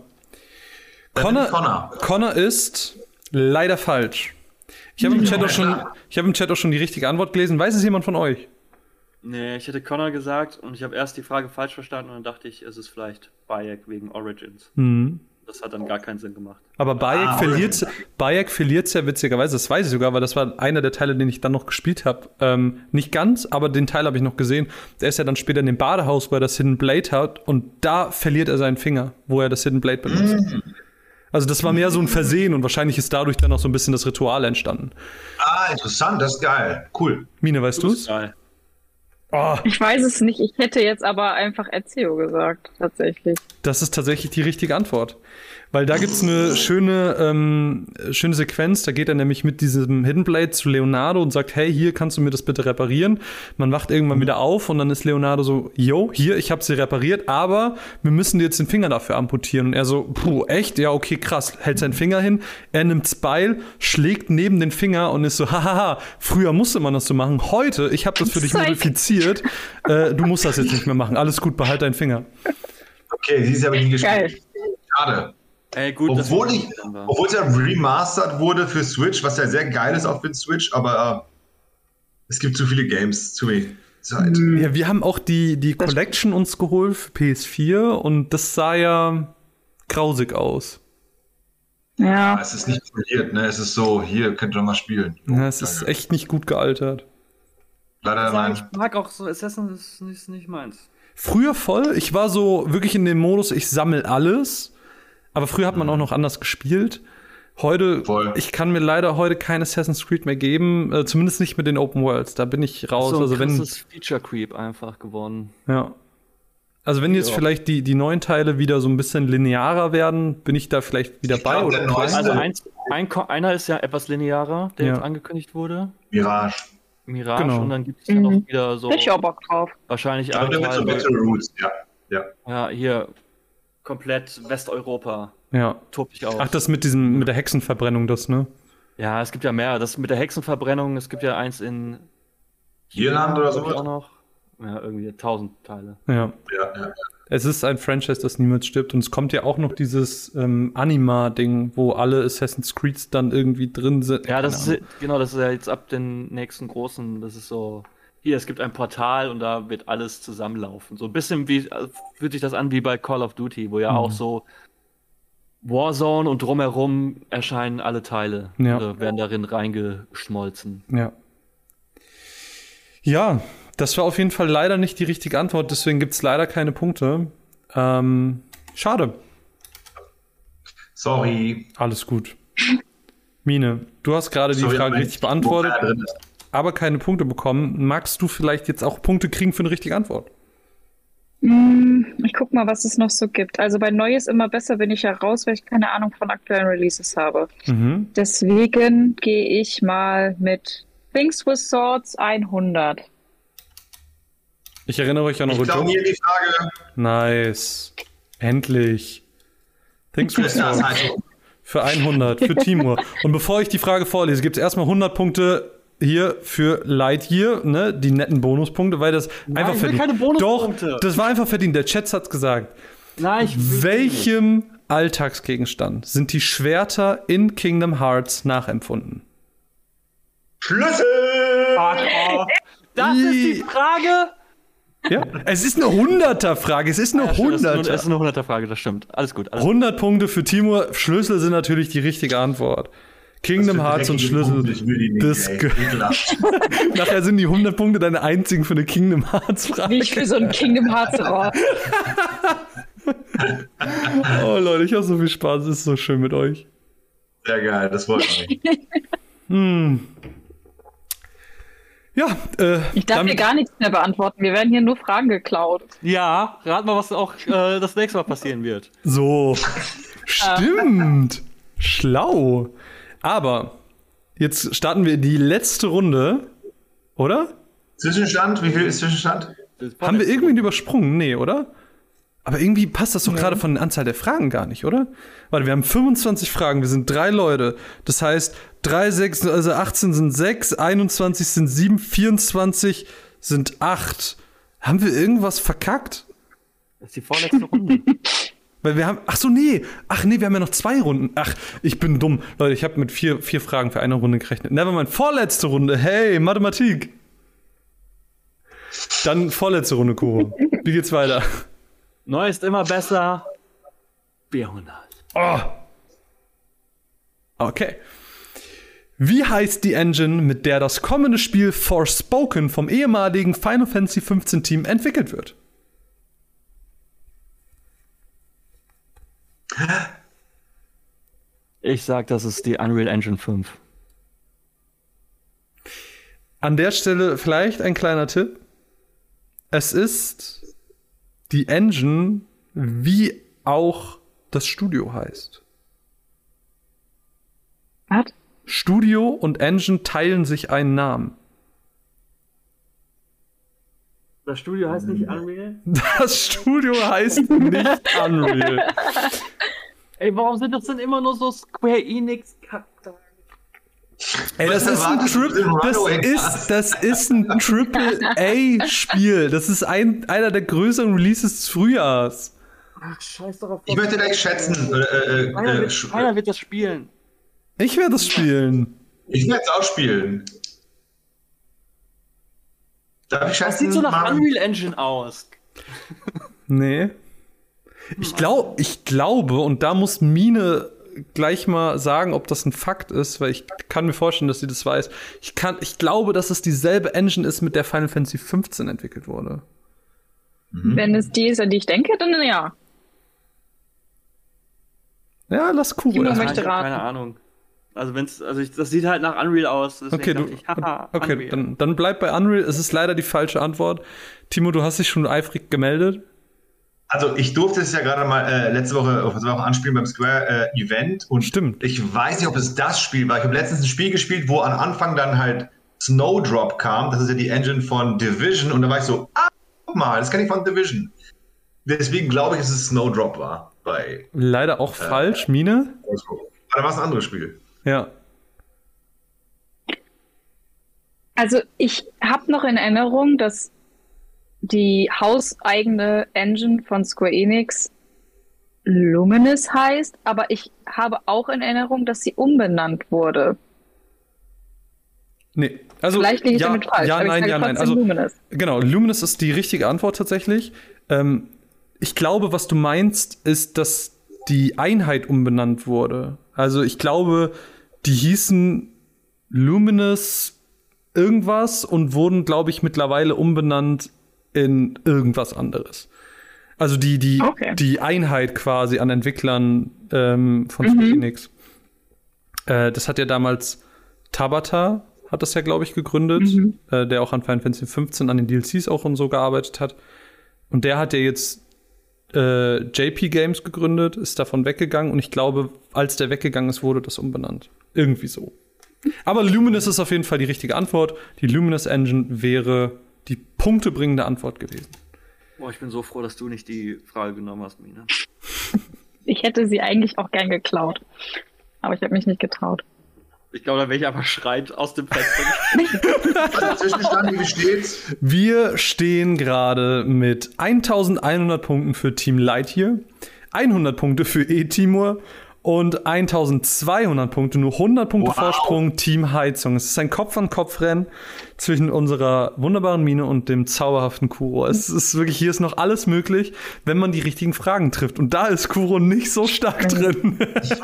Connor ist leider falsch. Ich habe im Chat auch schon die richtige Antwort gelesen. Weiß es jemand von euch? Nee, ich hätte Connor gesagt und ich habe erst die Frage falsch verstanden und dann dachte ich, es ist vielleicht Bayek wegen Origins. Das hat dann gar keinen Sinn gemacht. Aber Bayek verliert ja witzigerweise, das weiß ich sogar, weil das war einer der Teile, den ich dann noch gespielt habe. Nicht ganz, aber den Teil habe ich noch gesehen. Der ist ja dann später in dem Badehaus, wo er das Hidden Blade hat und da verliert er seinen Finger, wo er das Hidden Blade benutzt. Also das war mehr so ein Versehen und wahrscheinlich ist dadurch dann auch so ein bisschen das Ritual entstanden. Interessant, das ist geil. Cool. Mine, weißt du es? Oh. Ich weiß es nicht, ich hätte jetzt aber einfach Ezio gesagt, tatsächlich. Das ist tatsächlich die richtige Antwort. Weil da gibt's eine schöne Sequenz, da geht er nämlich mit diesem Hidden Blade zu Leonardo und sagt, hey, hier kannst du mir das bitte reparieren. Man wacht irgendwann wieder auf und dann ist Leonardo so, yo, hier, ich habe sie repariert, aber wir müssen dir jetzt den Finger dafür amputieren. Und er so, echt? Ja, okay, krass. Hält seinen Finger hin, er nimmt's Beil, schlägt neben den Finger und ist so, hahaha, früher musste man das so machen. Heute, ich habe das für dich modifiziert, du musst das jetzt nicht mehr machen. Alles gut, behalt deinen Finger. Okay, sie ist aber nie gespielt. Schade. Ey, gut, obwohl es ja remastered wurde für Switch, was ja sehr geil ist auf der Switch, aber es gibt zu viele Games, zu wenig Zeit. Ja, wir haben auch die Collection uns geholt für PS4 und das sah ja grausig aus. Ja. Es ist nicht poliert, ne? Es ist so, hier, könnt ihr mal spielen. Ja, es ist echt nicht gut gealtert. Leider nein. Ich mag auch so Assassin's ist nicht meins. Früher voll, ich war so wirklich in dem Modus, ich sammle alles. Aber früher hat man auch noch anders gespielt. Heute, ich kann mir leider heute kein Assassin's Creed mehr geben, zumindest nicht mit den Open Worlds. Da bin ich raus. So also wenn Feature Creep einfach geworden. Ja. Also wenn jetzt vielleicht die neuen Teile wieder so ein bisschen linearer werden, bin ich da vielleicht wieder bei. Oder also einer ist ja etwas linearer, der jetzt angekündigt wurde. Mirage, genau. Und dann gibt es ja noch wieder so. Ich hab Bock drauf. Wahrscheinlich ein Teil. So Battle Roots, ja, hier komplett Westeuropa. Ja. Tobt sich aus. Ach, das mit der Hexenverbrennung, das, ne? Ja, es gibt ja mehr. Das mit der Hexenverbrennung, es gibt ja eins in Irland oder so. Auch noch. Ja, irgendwie 1000 Teile. Ja. Es ist ein Franchise, das niemals stirbt. Und es kommt ja auch noch dieses Anima-Ding, wo alle Assassin's Creeds dann irgendwie drin sind. Ja, das ist ja jetzt ab den nächsten großen, das ist so, hier, es gibt ein Portal und da wird alles zusammenlaufen. So ein bisschen fühlt sich das an wie bei Call of Duty, wo ja auch so Warzone und drumherum erscheinen alle Teile. Ja. Werden darin reingeschmolzen. Ja. Ja, das war auf jeden Fall leider nicht die richtige Antwort, deswegen gibt es leider keine Punkte. Schade. Sorry. Alles gut. Mine, du hast gerade die Frage richtig beantwortet, aber keine Punkte bekommen. Magst du vielleicht jetzt auch Punkte kriegen für eine richtige Antwort? Ich guck mal, was es noch so gibt. Also bei Neues immer besser bin ich ja raus, weil ich keine Ahnung von aktuellen Releases habe. Deswegen gehe ich mal mit Things with Swords 100. Ich erinnere euch an eure Ich glaube mir die Frage. Nice. Endlich. Things with Swords für 100, für Timur. Und bevor ich die Frage vorlese, gibt es erstmal 100 Punkte hier für Lightyear, ne, die netten Bonuspunkte, weil das einfach verdient. Keine Bonuspunkte. Doch, das war einfach verdient. Der Chat hat's gesagt. Nein, Welchem Alltagsgegenstand sind die Schwerter in Kingdom Hearts nachempfunden? Schlüssel! Das ist die Frage. Ja, es ist eine 100er-Frage. Es ist eine 100er. Es ist eine 100er-Frage, das stimmt. Alles gut. 100 Punkte für Timur. Schlüssel sind natürlich die richtige Antwort. Kingdom Hearts und Schlüssel. Nachher sind die 100 Punkte deine einzigen für eine Kingdom Hearts-Frage. Wie ich für so ein Kingdom Hearts-Rohr. Oh Leute, ich habe so viel Spaß. Es ist so schön mit euch. Sehr geil, das wollte ich. Ja, ich darf hier gar nichts mehr beantworten. Wir werden hier nur Fragen geklaut. Ja, rat mal, was auch das nächste Mal passieren wird. So. Stimmt. Schlau. Aber jetzt starten wir die letzte Runde, oder? Zwischenstand? Wie viel ist Zwischenstand? Haben wir irgendwie übersprungen? Nee, oder? Aber irgendwie passt das doch gerade von der Anzahl der Fragen gar nicht, oder? Warte, wir haben 25 Fragen, wir sind 3 Leute. Das heißt, 3, 6, also 18 sind 6, 21 sind 7, 24 sind 8. Haben wir irgendwas verkackt? Das ist die vorletzte Runde. Weil wir haben, wir haben ja noch 2 Runden. Ach, ich bin dumm. Leute, ich habe mit 4 Fragen für eine Runde gerechnet. Nevermind, vorletzte Runde. Hey, Mathematik. Dann vorletzte Runde, Kuro. Wie geht's weiter? Neu ist immer besser. 400. Oh. Okay. Wie heißt die Engine, mit der das kommende Spiel Forspoken vom ehemaligen Final Fantasy XV Team entwickelt wird? Ich sag, das ist die Unreal Engine 5. An der Stelle vielleicht ein kleiner Tipp. Es ist die Engine, wie auch das Studio heißt. Was? Studio und Engine teilen sich einen Namen. Das Studio heißt nicht Unreal? Das Studio heißt nicht Unreal. Ey, warum sind das denn immer nur so Square Enix Charakter? Ey, das ist ein Triple-A-Spiel. Das ist einer der größeren Releases des Frühjahrs. Ach, scheiß doch auf. Ich möchte gleich schätzen. Keiner wird das spielen. Ich werde das spielen. Ich werde es auch spielen. Darf ich schätzen? Das sieht so nach Unreal Engine aus. Nee. Ich glaube, und da muss Mine gleich mal sagen, ob das ein Fakt ist, weil ich kann mir vorstellen, dass sie das weiß. Ich glaube, dass es dieselbe Engine ist, mit der Final Fantasy 15 entwickelt wurde. Wenn es die ist, an die ich denke, dann ja. Ja, lass Kuro. Ich möchte raten. Keine Ahnung. Also das sieht halt nach Unreal aus. Okay, dann bleib bei Unreal. Es ist leider die falsche Antwort. Timo, du hast dich schon eifrig gemeldet. Also ich durfte es ja gerade mal letzte Woche anspielen beim Square Event und Stimmt. Ich weiß nicht, ob es das Spiel war. Ich habe letztens ein Spiel gespielt, wo am Anfang dann halt Snowdrop kam. Das ist ja die Engine von Division und da war ich so, guck mal, das kenne ich von Division. Deswegen glaube ich, dass es Snowdrop war. Leider auch falsch, Mine. Aber da war es ein anderes Spiel. Ja. Also ich habe noch in Erinnerung, dass die hauseigene Engine von Square Enix Luminous heißt, aber ich habe auch in Erinnerung, dass sie umbenannt wurde. Nee, also vielleicht liege ich damit falsch. Ja, nein. Also Luminous. Genau, Luminous ist die richtige Antwort tatsächlich. Ich glaube, was du meinst, ist, dass die Einheit umbenannt wurde. Also ich glaube, die hießen Luminous irgendwas und wurden, glaube ich, mittlerweile umbenannt in irgendwas anderes. Also die Einheit quasi an Entwicklern von Square Enix. Das hat ja damals Tabata, hat das ja, glaube ich, gegründet, der auch an Final Fantasy 15 an den DLCs auch und so gearbeitet hat. Und der hat ja jetzt JP Games gegründet, ist davon weggegangen und ich glaube, als der weggegangen ist, wurde das umbenannt. Irgendwie so. Aber Luminous ist auf jeden Fall die richtige Antwort. Die Luminous Engine wäre die punktebringende Antwort gewesen. Boah, ich bin so froh, dass du nicht die Frage genommen hast, Mina. Ich hätte sie eigentlich auch gern geklaut. Aber ich habe mich nicht getraut. Ich glaube, da wäre ich einfach schreit aus dem Fenster. Zwischenstand, wie steht's? Wir stehen gerade mit 1100 Punkten für Team Lightyear, 100 Punkte für E-Timur und 1200 Punkte, nur 100 Punkte Vorsprung Team Heizung. Es ist ein Kopf-an-Kopf-Rennen zwischen unserer wunderbaren Mine und dem zauberhaften Kuro. Es ist wirklich, hier ist noch alles möglich, wenn man die richtigen Fragen trifft. Und da ist Kuro nicht so stark drin.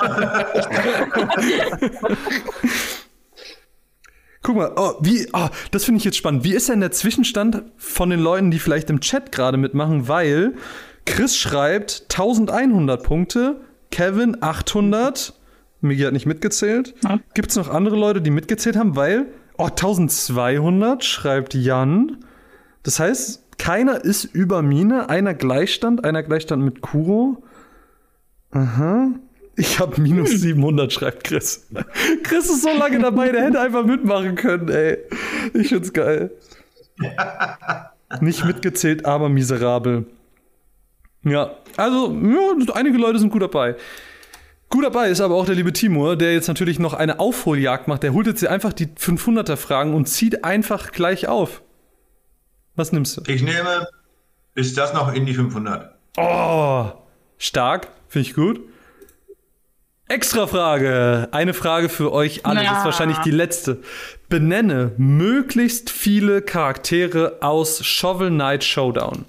Guck mal, das finde ich jetzt spannend. Wie ist denn der Zwischenstand von den Leuten, die vielleicht im Chat gerade mitmachen? Weil Chris schreibt 1100 Punkte, Kevin 800, Migi hat nicht mitgezählt. Gibt es noch andere Leute, die mitgezählt haben? Weil, 1200 schreibt Jan. Das heißt, keiner ist über Mine, einer Gleichstand mit Kuro. Aha. Ich habe minus 700, schreibt Chris. Chris ist so lange dabei, der hätte einfach mitmachen können, ey. Ich find's geil. Nicht mitgezählt, aber miserabel. Ja, also, ja, einige Leute sind gut dabei. Gut dabei ist aber auch der liebe Timur, der jetzt natürlich noch eine Aufholjagd macht. Der holt jetzt einfach die 500er-Fragen und zieht einfach gleich auf. Was nimmst du? Ich nehme, ist das noch in die 500? Oh, stark, finde ich gut. Extra Frage. Eine Frage für euch alle. Das ist wahrscheinlich die letzte. Benenne möglichst viele Charaktere aus Shovel Knight Showdown.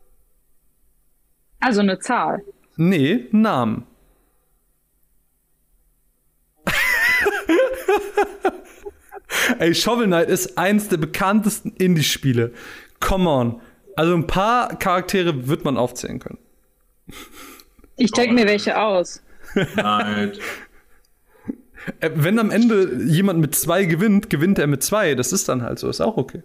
Also eine Zahl. Nee, Namen. Ey, Shovel Knight ist eins der bekanntesten Indie-Spiele. Come on. Also ein paar Charaktere wird man aufzählen können. Ich denke mir welche aus. Nein. Wenn am Ende jemand mit 2 gewinnt, gewinnt er mit 2. Das ist dann halt so. Ist auch okay.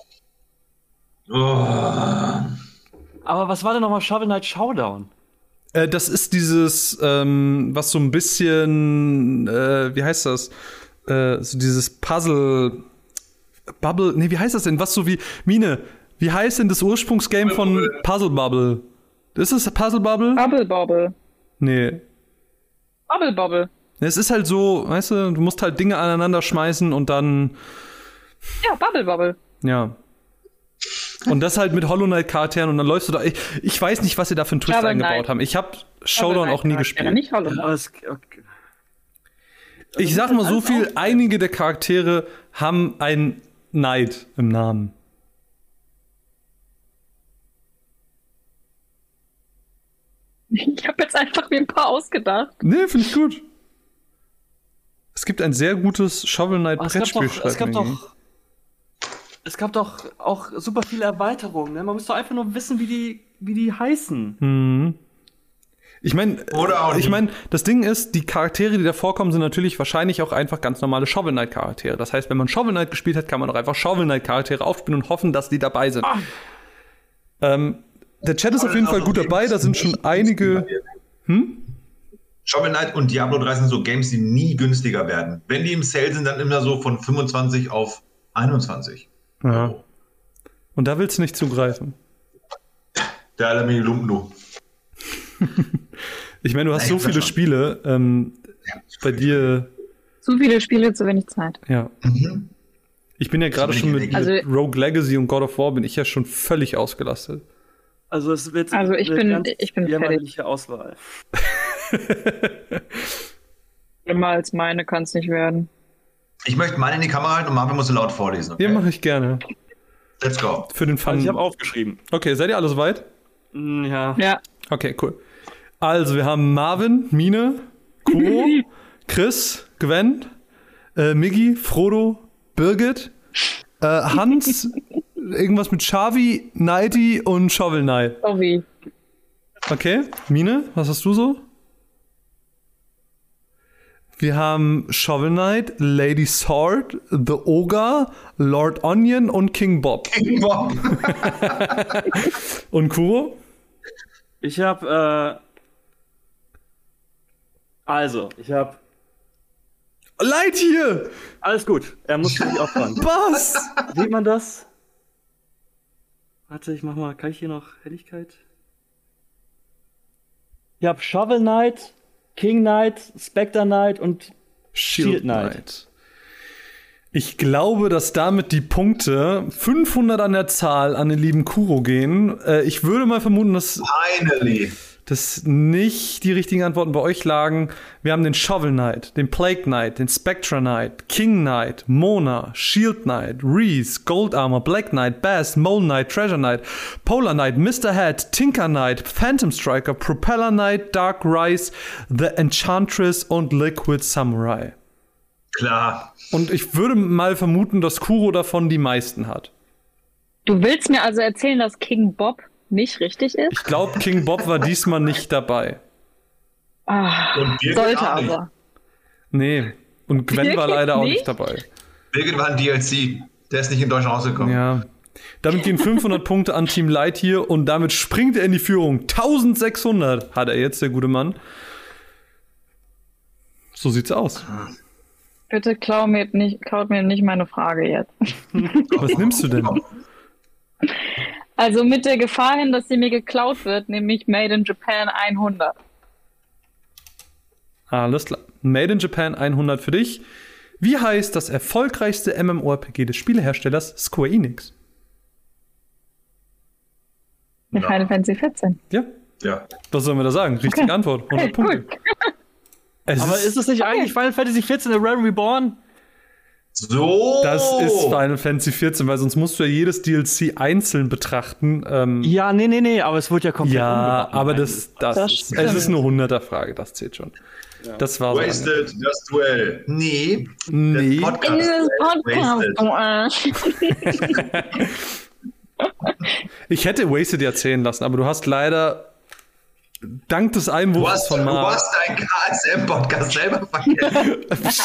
Oh. Aber was war denn nochmal Shovel Knight Showdown? Das ist dieses, was so ein bisschen, wie heißt das? So dieses Puzzle, Bubble, nee, wie heißt das denn? Was so wie, Mine, wie heißt denn das Ursprungsgame von Puzzle Bubble? Ist es Puzzle Bubble? Bubble Bobble. Nee. Bubble Bobble. Es ist halt so, weißt du musst halt Dinge aneinander schmeißen und dann. Ja, Bubble Bobble. Ja. Und das halt mit Hollow Knight Charakteren und dann läufst du da. Ich weiß nicht, was sie da für einen Twist eingebaut haben. Ich habe Showdown auch nie gespielt. Nicht Hollow Knight. Okay. Ich sag mal so viel, einige der Charaktere haben ein Knight im Namen. Ich habe jetzt einfach mir ein paar ausgedacht. Nee, finde ich gut. Es gibt ein sehr gutes Shovel Knight Brettspiel. Es gab doch auch super viele Erweiterungen. Ne? Man muss doch einfach nur wissen, wie die heißen. Ich meine, das Ding ist, die Charaktere, die da vorkommen, sind natürlich wahrscheinlich auch einfach ganz normale Shovel Knight Charaktere. Das heißt, wenn man Shovel Knight gespielt hat, kann man auch einfach Shovel Knight Charaktere aufspielen und hoffen, dass die dabei sind. Der Chat ist auf jeden Fall gut dabei, da sind schon einige. Shovel Knight und Diablo 3 sind so Games, die nie günstiger werden. Wenn die im Sale sind, dann immer so von 25 auf 21. Ja. Und da willst du nicht zugreifen. Der Alamini Lumpen, du. Ich meine, du hast so viele Spiele. Bei dir. Zu viele Spiele, zu wenig Zeit. Ja. Ich bin ja gerade schon mit Rogue Legacy und God of War bin ich ja schon völlig ausgelastet. Also es wird ich bin jämmerliche Auswahl. Immer als meine kann es nicht werden. Ich möchte meine in die Kamera halten und Marvin muss laut vorlesen. Okay? Ja, mache ich gerne. Let's go. Für den Fun. Also ich habe aufgeschrieben. Okay, seid ihr alle soweit? Ja. Okay, cool. Also, wir haben Marvin, Mine, Kuro, Chris, Gwen, Miggi, Frodo, Birgit, Hans, irgendwas mit Xavi, Nighty und Shovel Knight. Sorry. Okay, Mine, was hast du so? Wir haben Shovel Knight, Lady Sword, The Ogre, Lord Onion und King Bob. King Bob. Und Kuro? Ich habe Lightyear! Alles gut, er muss sich opfern. Was? Sieht man das? Warte, ich mach mal, kann ich hier noch Helligkeit? Ich habe Shovel Knight, King Knight, Spectre Knight und Shield Knight. Ich glaube, dass damit die Punkte 500 an der Zahl an den lieben Kuro gehen. Ich würde mal vermuten, dass nicht die richtigen Antworten bei euch lagen. Wir haben den Shovel Knight, den Plague Knight, den Spectre Knight, King Knight, Mona, Shield Knight, Reese, Gold Armor, Black Knight, Bass, Mole Knight, Treasure Knight, Polar Knight, Mr. Head, Tinker Knight, Phantom Striker, Propeller Knight, Dark Rise, The Enchantress und Liquid Samurai. Klar. Und ich würde mal vermuten, dass Kuro davon die meisten hat. Du willst mir also erzählen, dass King Bob nicht richtig ist? Ich glaube, King Bob war diesmal nicht dabei. Sollte aber. Nee. Und Gwen war leider auch nicht dabei. Birgit war ein DLC. Der ist nicht in Deutschland rausgekommen. Ja. Damit gehen 500 Punkte an Team Light hier und damit springt er in die Führung. 1600 hat er jetzt, der gute Mann. So sieht's aus. Bitte klaut mir nicht meine Frage jetzt. Was nimmst du denn? Also mit der Gefahr hin, dass sie mir geklaut wird, nehme ich Made in Japan 100. Alles klar. Made in Japan 100 für dich. Wie heißt das erfolgreichste MMORPG des Spieleherstellers Square Enix? Final Fantasy 14. Ja. Was sollen wir da sagen? Richtige Antwort. 100 Punkte. Aber ist es nicht eigentlich Final Fantasy 14 The Realm Reborn? So. Das ist Final Fantasy 14, weil sonst musst du ja jedes DLC einzeln betrachten. Ja, nee, aber es wird ja komplett umgebaut. Aber es ist eine 100er-Frage, das zählt schon. Ja. Das war Wasted, so das Duell. Nee. Podcast. Ich hätte Wasted erzählen lassen, aber du hast leider dank des Einwurfs von Marc. Du hast deinen KSM-Podcast selber vergessen.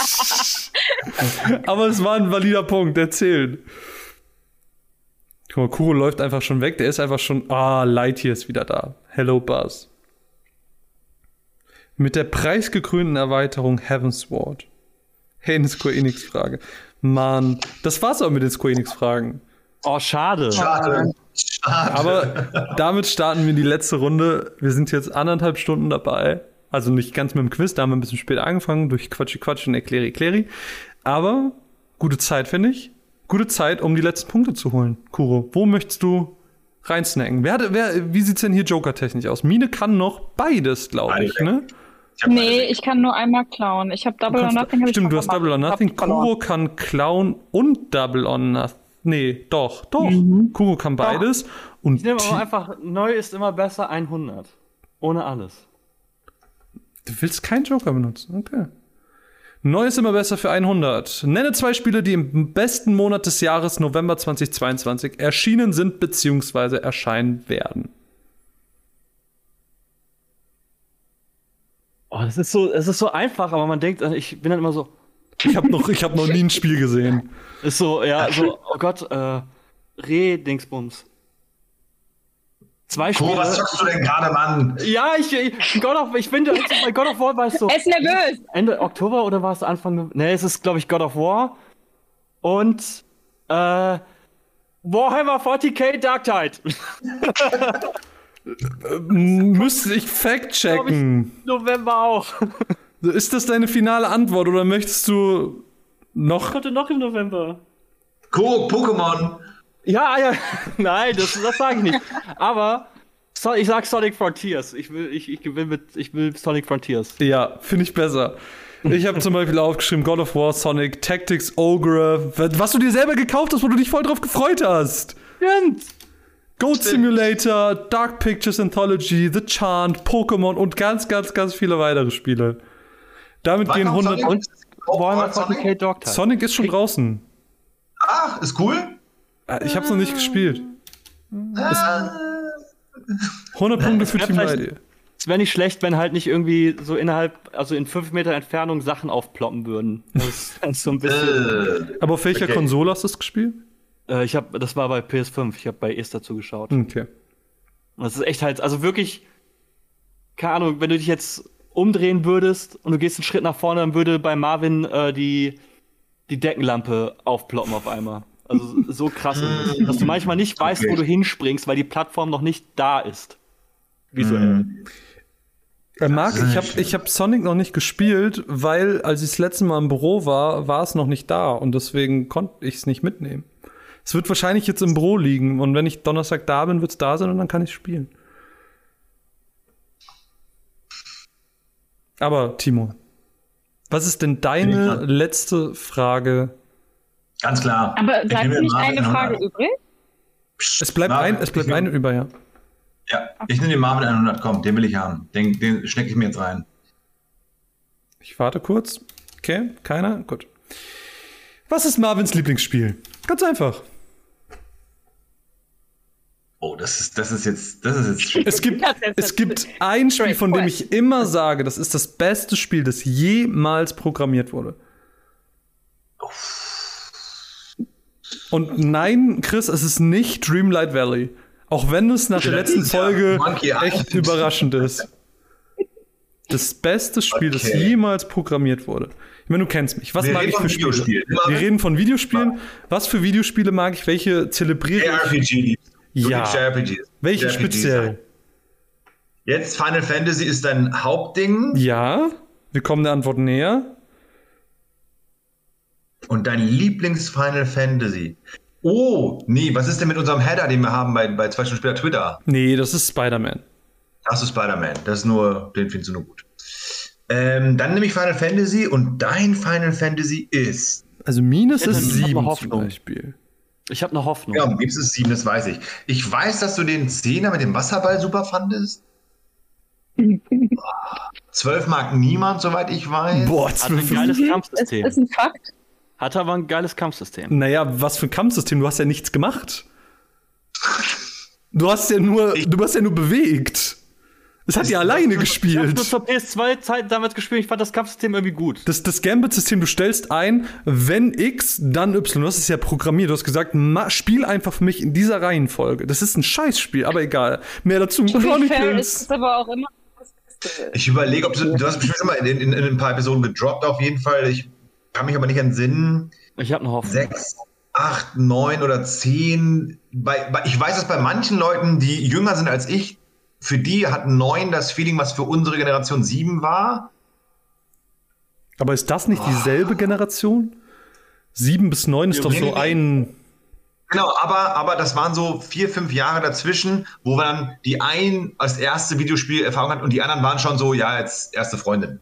Aber es war ein valider Punkt, erzählen. Guck mal, Kuro läuft einfach schon weg, der ist einfach schon. Lightyear ist wieder da. Hello Buzz. Mit der preisgekrönten Erweiterung Heavensward. Hey, eine Square Enix-Frage. Mann, das war's auch mit den Square Enix-Fragen. Oh, schade. Aber damit starten wir in die letzte Runde. Wir sind jetzt 1,5 Stunden dabei. Also nicht ganz mit dem Quiz, da haben wir ein bisschen später angefangen, durch Quatsch und Erkläri. Aber gute Zeit, finde ich. Gute Zeit, um die letzten Punkte zu holen. Kuro, wo möchtest du reinsnacken? Wie sieht's denn hier Joker-technisch aus? Mine kann noch beides, glaube ich, ne? Ich kann nur einmal klauen. Ich habe Double or Nothing. Stimmt, du hast Double or Nothing. Kuro kann klauen und Double or Nothing. Nee, doch. Kuro kann beides. Doch. Und ich nehme aber einfach, neu ist immer besser 100. Ohne alles. Du willst keinen Joker benutzen? Okay. Neu ist immer besser für 100. Nenne 2 Spiele, die im besten Monat des Jahres November 2022 erschienen sind bzw. erscheinen werden. Oh, es ist so einfach, aber man denkt, ich bin dann immer so. Ich hab noch nie ein Spiel gesehen. Ist so, ja, so, oh Gott, Dingsbums. 2 Spiele. Was zockst du denn gerade, Mann? Ja, ich finde, bei God of War war es so. Er ist nervös. Ende Oktober oder war es Anfang? Ne, es ist, glaube ich, God of War. Und Warhammer 40k Dark Tide. Müsste ich fact-checken. November auch. Ist das deine finale Antwort oder möchtest du noch? Kommt noch im November. Pokémon. Ja, nein, das sage ich nicht. Aber ich sag Sonic Frontiers. Ich will Sonic Frontiers. Ja, finde ich besser. Ich habe zum Beispiel aufgeschrieben God of War, Sonic, Tactics, Ogre, was du dir selber gekauft hast, wo du dich voll drauf gefreut hast. Stimmt. Goat Simulator, Dark Pictures Anthology, The Chant, Pokémon und ganz, ganz, ganz viele weitere Spiele. Damit gehen 100 und Warhammer 40k Dark Tide. Sonic ist schon draußen. Ah, ist cool. Ich hab's noch nicht gespielt. 100 Punkte für Team Lady. Es wäre nicht schlecht, wenn halt nicht irgendwie so in 5 Meter Entfernung Sachen aufploppen würden. Das ist so ein bisschen. Aber auf welcher Konsole hast du es gespielt? Das war bei PS5. Ich habe bei Esther zugeschaut. Okay. Das ist echt halt, also wirklich, keine Ahnung, wenn du dich jetzt umdrehen würdest und du gehst einen Schritt nach vorne, dann würde bei Marvin die Deckenlampe aufploppen auf einmal. Also so krass ist es, dass du manchmal nicht weißt, wo du hinspringst, weil die Plattform noch nicht da ist. Visuell. Marc, ich hab Sonic noch nicht gespielt, weil als ich das letzte Mal im Büro war es noch nicht da und deswegen konnte ich es nicht mitnehmen. Es wird wahrscheinlich jetzt im Büro liegen und wenn ich Donnerstag da bin, wird es da sein und dann kann ich spielen. Aber Timo, was ist denn deine letzte Frage? Ganz klar. Aber bleibt nicht eine Frage übrig? Es bleibt eine über, ja. Ja, ich nehme den Marvin 100, komm, den will ich haben. Den schnecke ich mir jetzt rein. Ich warte kurz. Okay, keiner? Gut. Was ist Marvins Lieblingsspiel? Ganz einfach. Oh, das ist jetzt schwierig. Es gibt ein Spiel, von dem ich immer sage, das ist das beste Spiel, das jemals programmiert wurde. Und nein, Chris, es ist nicht Dreamlight Valley. Auch wenn es nach der letzten Folge echt überraschend ist. Das beste Spiel, das jemals programmiert wurde. Ich meine, du kennst mich. Was mag ich für Spiele? Wir reden von Videospielen. Was für Videospiele mag ich? Welche zelebriere ich? RPG. Ja. Welche speziell? Jetzt Final Fantasy ist dein Hauptding. Ja. Wir kommen der Antwort näher. Und dein Lieblings-Final Fantasy. Oh, nee, was ist denn mit unserem Header, den wir haben bei 2 Stunden später Twitter? Nee, das ist Spider-Man. Hast du Spider-Man? Den findest du nur gut. Dann nehme ich Final Fantasy und dein Final Fantasy ist. Also Minus ist 7 zum Beispiel. Ich habe eine Hoffnung. Ja, Minus ist 7, das weiß ich. Ich weiß, dass du den 10er mit dem Wasserball super fandest. 12 mag niemand, soweit ich weiß. Boah, Hat ein geiles Kampfsystem. Das ist ein Fakt. Hat aber ein geiles Kampfsystem. Naja, was für ein Kampfsystem? Du hast ja nichts gemacht. Du hast ja nur bewegt. Es hat ja alleine gespielt. Ich habe nur zur PS2-Zeit damals gespielt. Ich fand das Kampfsystem irgendwie gut. Das Gambit-System, du stellst ein, wenn X, dann Y. Du hast es ja programmiert. Du hast gesagt, spiel einfach für mich in dieser Reihenfolge. Das ist ein Scheißspiel, aber egal. Mehr dazu. Chronicles ist aber auch immer das Beste. Ich überlege, ob du hast bestimmt schon mal in ein paar Episoden gedroppt, auf jeden Fall. Ich kann mich aber nicht entsinnen. Ich habe eine Hoffnung. 6, 8, 9 oder 10. Ich weiß, dass bei manchen Leuten, die jünger sind als ich, für die hat 9 das Feeling, was für unsere Generation 7 war. Aber ist das nicht dieselbe Generation? 7 bis 9 ist doch so ein... Genau, aber das waren so 4, 5 Jahre dazwischen, wo wir dann die einen als erste Videospielerfahrung hatten und die anderen waren schon so, ja, jetzt erste Freundin.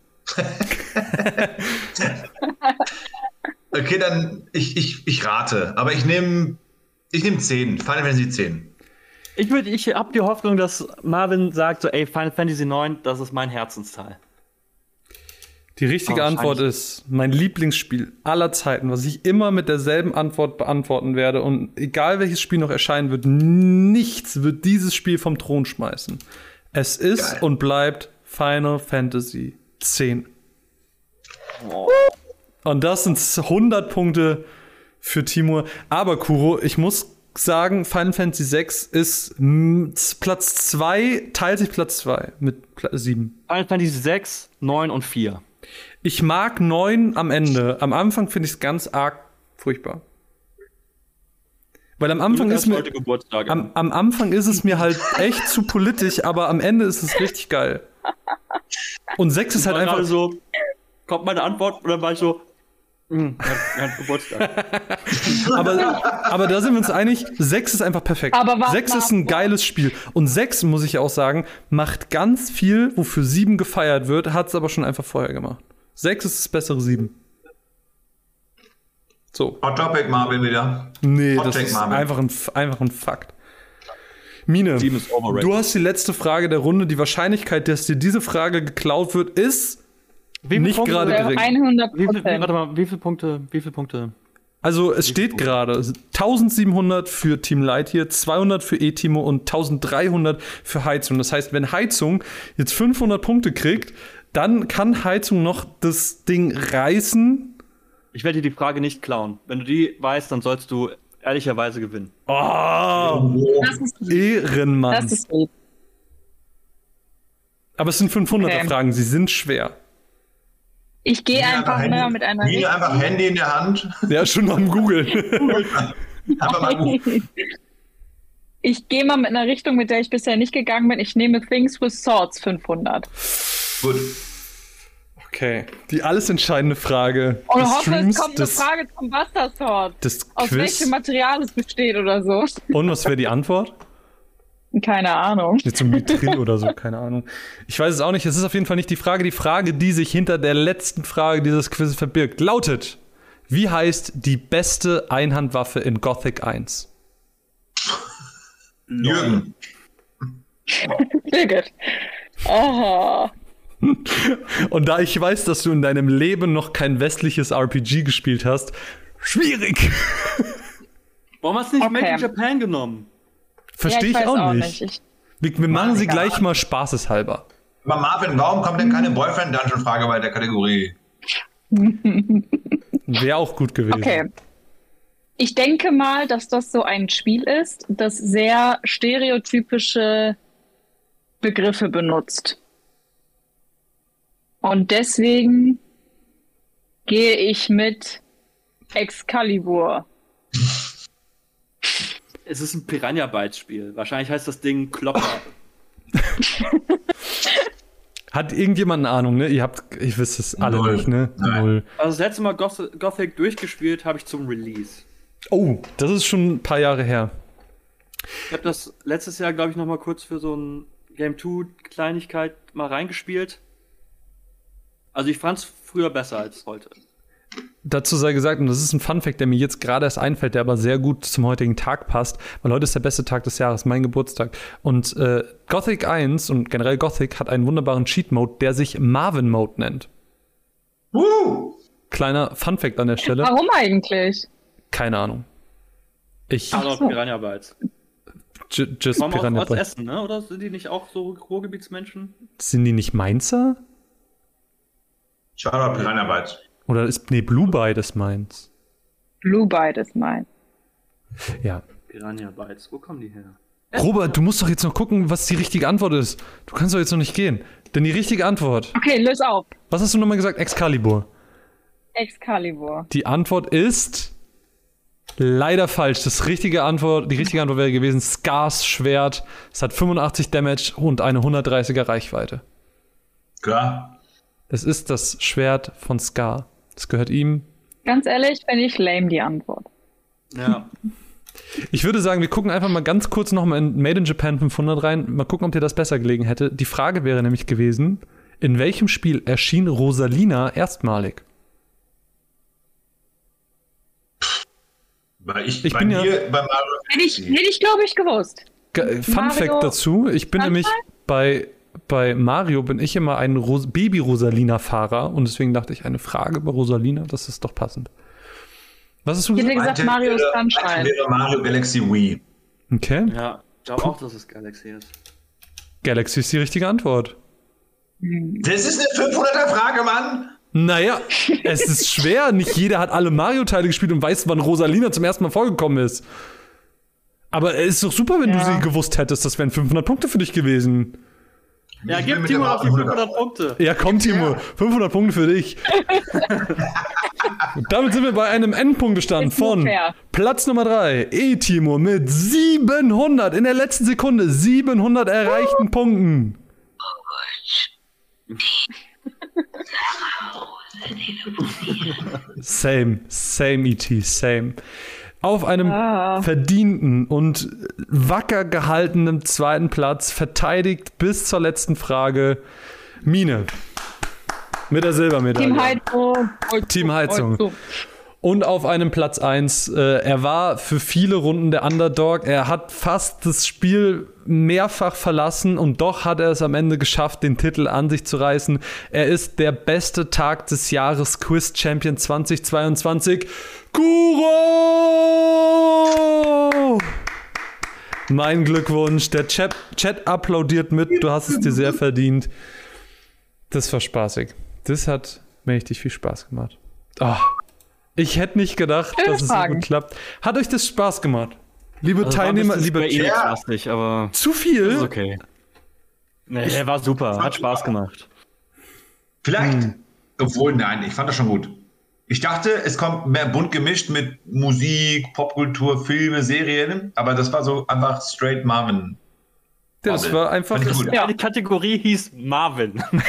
Okay, dann ich rate, aber ich nehme 10, Final Fantasy 10. Ich habe die Hoffnung, dass Marvin sagt so, ey, Final Fantasy 9, das ist mein Herzensteil. Die richtige Antwort ist mein Lieblingsspiel aller Zeiten, was ich immer mit derselben Antwort beantworten werde. Und egal welches Spiel noch erscheinen wird, nichts wird dieses Spiel vom Thron schmeißen. Es ist und bleibt Final Fantasy 10. Oh. Und das sind 100 Punkte für Timur. Aber Kuro, ich muss sagen, Final Fantasy 6 ist Platz 2, teilt sich Platz 2 mit 7. Final Fantasy 6, 9 und 4. Ich mag 9 am Ende. Am Anfang finde ich es ganz arg furchtbar. Weil am Anfang ist mir am Anfang ist es mir halt echt zu politisch, aber am Ende ist es richtig geil. Und 6 ist halt einfach so, kommt meine Antwort und dann war ich so, er hat Geburtstag. aber da sind wir uns einig, 6 ist einfach perfekt. 6 ist ein geiles Spiel. Und 6, muss ich auch sagen, macht ganz viel, wofür 7 gefeiert wird, hat es aber schon einfach vorher gemacht. 6 ist das bessere 7. So. Hot Topic Marvin wieder. Nee, das ist einfach ein Fakt. Mine, du hast die letzte Frage der Runde. Die Wahrscheinlichkeit, dass dir diese Frage geklaut wird, ist nicht gerade gering. 100%. Wie viele Punkte? Also es steht gerade 1700 für Team Lightyear, 200 für E-Timo und 1300 für Heizung. Das heißt, wenn Heizung jetzt 500 Punkte kriegt, dann kann Heizung noch das Ding reißen. Ich werde dir die Frage nicht klauen. Wenn du die weißt, dann sollst du ehrlicherweise gewinnen. Oh, Ehrenmann. Das ist lieb. Aber es sind 500er Fragen, sie sind schwer. Ich gehe einfach mal mit einer Mine einfach Handy in der Hand. Ja, schon am Googeln. Einfach mal googeln. Ich gehe mal mit einer Richtung, mit der ich bisher nicht gegangen bin. Ich nehme Things with Swords 500. Gut. Okay, die alles entscheidende Frage. Und hoffe, es kommt eine Frage zum Buster Sword. Aus welchem Material es besteht oder so. Und was wäre die Antwort? Keine Ahnung. Jetzt so Mithril oder so, keine Ahnung. Ich weiß es auch nicht. Es ist auf jeden Fall nicht die Frage. Die Frage, die sich hinter der letzten Frage dieses Quizzes verbirgt, lautet: Wie heißt die beste Einhandwaffe in Gothic 1? Jürgen. Sehr gut. Aha. Und da ich weiß, dass du in deinem Leben noch kein westliches RPG gespielt hast, schwierig. Warum hast du nicht Made in Japan genommen? Verstehe ich auch nicht. Wir machen sie gleich mal spaßeshalber. Aber Marvin, warum kommt denn keine Boyfriend-Dungeon-Frage bei der Kategorie? Wäre auch gut gewesen. Okay. Ich denke mal, dass das so ein Spiel ist, das sehr stereotypische Begriffe benutzt. Und deswegen gehe ich mit Excalibur. Es ist ein Piranha Bytes Spiel. Wahrscheinlich heißt das Ding Klopper. Hat irgendjemand eine Ahnung, ne? Ich wisst es alle nicht, ne? Null. Also das letzte Mal Gothic durchgespielt habe ich zum Release. Oh, das ist schon ein paar Jahre her. Ich habe das letztes Jahr, glaube ich, noch mal kurz für so ein Game 2 Kleinigkeit mal reingespielt. Also ich fand's früher besser als heute. Dazu sei gesagt, und das ist ein Funfact, der mir jetzt gerade erst einfällt, der aber sehr gut zum heutigen Tag passt, weil heute ist der beste Tag des Jahres, mein Geburtstag. Und Gothic 1 und generell Gothic hat einen wunderbaren Cheat-Mode, der sich Marvin-Mode nennt. Kleiner Funfact an der Stelle. Warum eigentlich? Keine Ahnung. Also Piranha Bytes. Just Piranha Bytes. Aus Essen, ne? Oder sind die nicht auch so Ruhrgebietsmenschen? Sind die nicht Mainzer? Shoutout Piranha Bytes. Oder Blue Byte ist meins. Blue Byte ist meins. Ja. Piranha Bytes, wo kommen die her? Robert, du musst doch jetzt noch gucken, was die richtige Antwort ist. Du kannst doch jetzt noch nicht gehen. Denn die richtige Antwort... Okay, löse auf. Was hast du nochmal gesagt? Excalibur. Excalibur. Die Antwort ist... leider falsch. Die richtige Antwort wäre gewesen Scars Schwert. Es hat 85 Damage und eine 130er Reichweite. Klar. Es ist das Schwert von Scar. Das gehört ihm. Ganz ehrlich, finde ich lame die Antwort. Ja. Ich würde sagen, wir gucken einfach mal ganz kurz nochmal in Made in Japan 500 rein. Mal gucken, ob dir das besser gelegen hätte. Die Frage wäre nämlich gewesen, in welchem Spiel erschien Rosalina erstmalig? Hätte ich, glaube ich, gewusst. Fun Fact dazu, ich bin nämlich bei Mario bin ich immer ein Baby-Rosalina-Fahrer und deswegen dachte ich, eine Frage über Rosalina, das ist doch passend. Was hast du gesagt? Ich hätte gesagt Mario Sunshine. Wäre Mario Galaxy Wii. Okay. Ja, ich glaube auch, dass es Galaxy ist. Galaxy ist die richtige Antwort. Das ist eine 500er-Frage, Mann! Naja, es ist schwer. Nicht jeder hat alle Mario-Teile gespielt und weiß, wann Rosalina zum ersten Mal vorgekommen ist. Aber es ist doch super, wenn du sie gewusst hättest. Das wären 500 Punkte für dich gewesen. Ja, gib Timo noch die 500 Punkte. Ja, komm, Timo. 500 Punkte für dich. Und damit sind wir bei einem Endpunktestand von Platz Nummer 3. Timo mit 700 in der letzten Sekunde. 700 erreichten Punkten. Same, E.T., same. Auf einem verdienten und wacker gehaltenen zweiten Platz, verteidigt bis zur letzten Frage, Mine. Mit der Silbermedaille. Team Heizung. Und auf einem Platz 1, er war für viele Runden der Underdog. Er hat fast das Spiel mehrfach verlassen und doch hat er es am Ende geschafft, den Titel an sich zu reißen. Er ist der beste Tag des Jahres Quiz Champion 2022. Kuro! Mein Glückwunsch. Der Chat applaudiert mit. Du hast es dir sehr verdient. Das war spaßig. Das hat mächtig viel Spaß gemacht. Oh. Ich hätte nicht gedacht, dass es so gut klappt. Hat euch das Spaß gemacht? Liebe Teilnehmer, liebe Chat. Aber zu viel? Ist okay. Nee, war super. Hat Spaß gemacht. Vielleicht, obwohl, nein, ich fand das schon gut. Ich dachte, es kommt mehr bunt gemischt mit Musik, Popkultur, Filme, Serien, aber das war so einfach straight Marvin. Das war einfach... Die Kategorie hieß Marvin.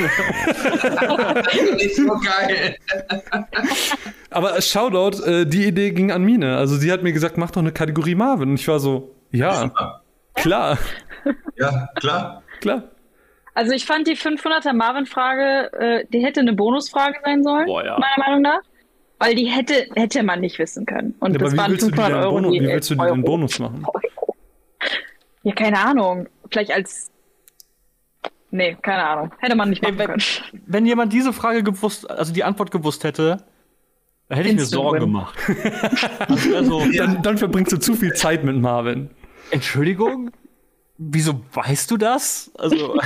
Nicht so geil. Aber Shoutout, die Idee ging an Mine. Also sie hat mir gesagt, mach doch eine Kategorie Marvin. Und ich war so, ja, klar. Ja, klar. Klar. Also ich fand die 500er Marvin-Frage, die hätte eine Bonusfrage sein sollen, meiner Meinung nach. Weil die hätte man nicht wissen können. Und das waren 500 Euro. Wie willst du den Bonus machen? Ja, keine Ahnung. Vielleicht als... Nee, keine Ahnung. Hätte man nicht machen können. Wenn jemand diese Frage gewusst, also die Antwort gewusst hätte, dann hätte ich mir Sorgen gemacht. Also, dann verbringst du zu viel Zeit mit Marvin. Entschuldigung? Wieso weißt du das? Also...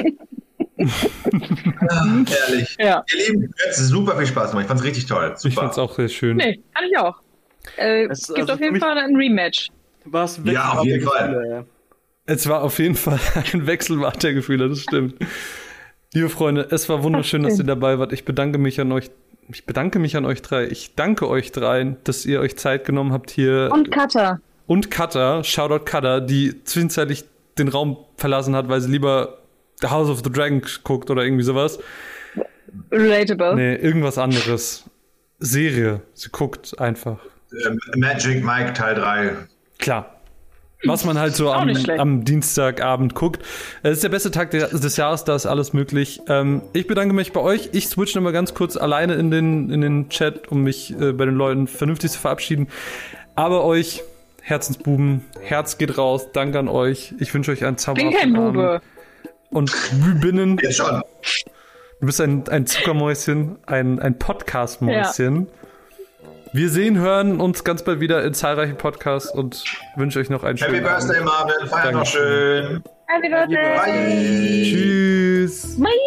Ehrlich. Ja. Ihr Lieben, es hat super viel Spaß gemacht. Ich fand es richtig toll. Super. Ich fand es auch sehr schön. Nee, fand ich auch. Es gibt auf jeden Fall ein Rematch. Ja, auf jeden Fall. Es war auf jeden Fall ein Wechselbad der Gefühle, das stimmt. Liebe Freunde, es war wunderschön, dass ihr dabei wart. Ich bedanke mich an euch drei. Ich danke euch dreien, dass ihr euch Zeit genommen habt hier. Und Cutter, Shoutout Cutter, die zwischenzeitlich den Raum verlassen hat, weil sie lieber The House of the Dragon guckt oder irgendwie sowas. Relatable. Nee, irgendwas anderes. Serie. Sie guckt einfach. Magic Mike Teil 3. Klar. Was man halt so am Dienstagabend guckt. Es ist der beste Tag des Jahres, da ist alles möglich. Ich bedanke mich bei euch. Ich switch nochmal ganz kurz alleine in den Chat, um mich bei den Leuten vernünftig zu verabschieden. Aber euch, Herzensbuben, Herz geht raus. Danke an euch. Ich wünsche euch einen zauberhaften Abend. Und Bübinnen. Jetzt schon. Du bist ein Zuckermäuschen, ein Podcast-Mäuschen. Ja. Wir hören uns ganz bald wieder in zahlreichen Podcasts und wünsche euch noch einen schönen Abend. Happy Birthday, Marvin. Feier noch schön. Happy Birthday. Bye. Tschüss. Bye.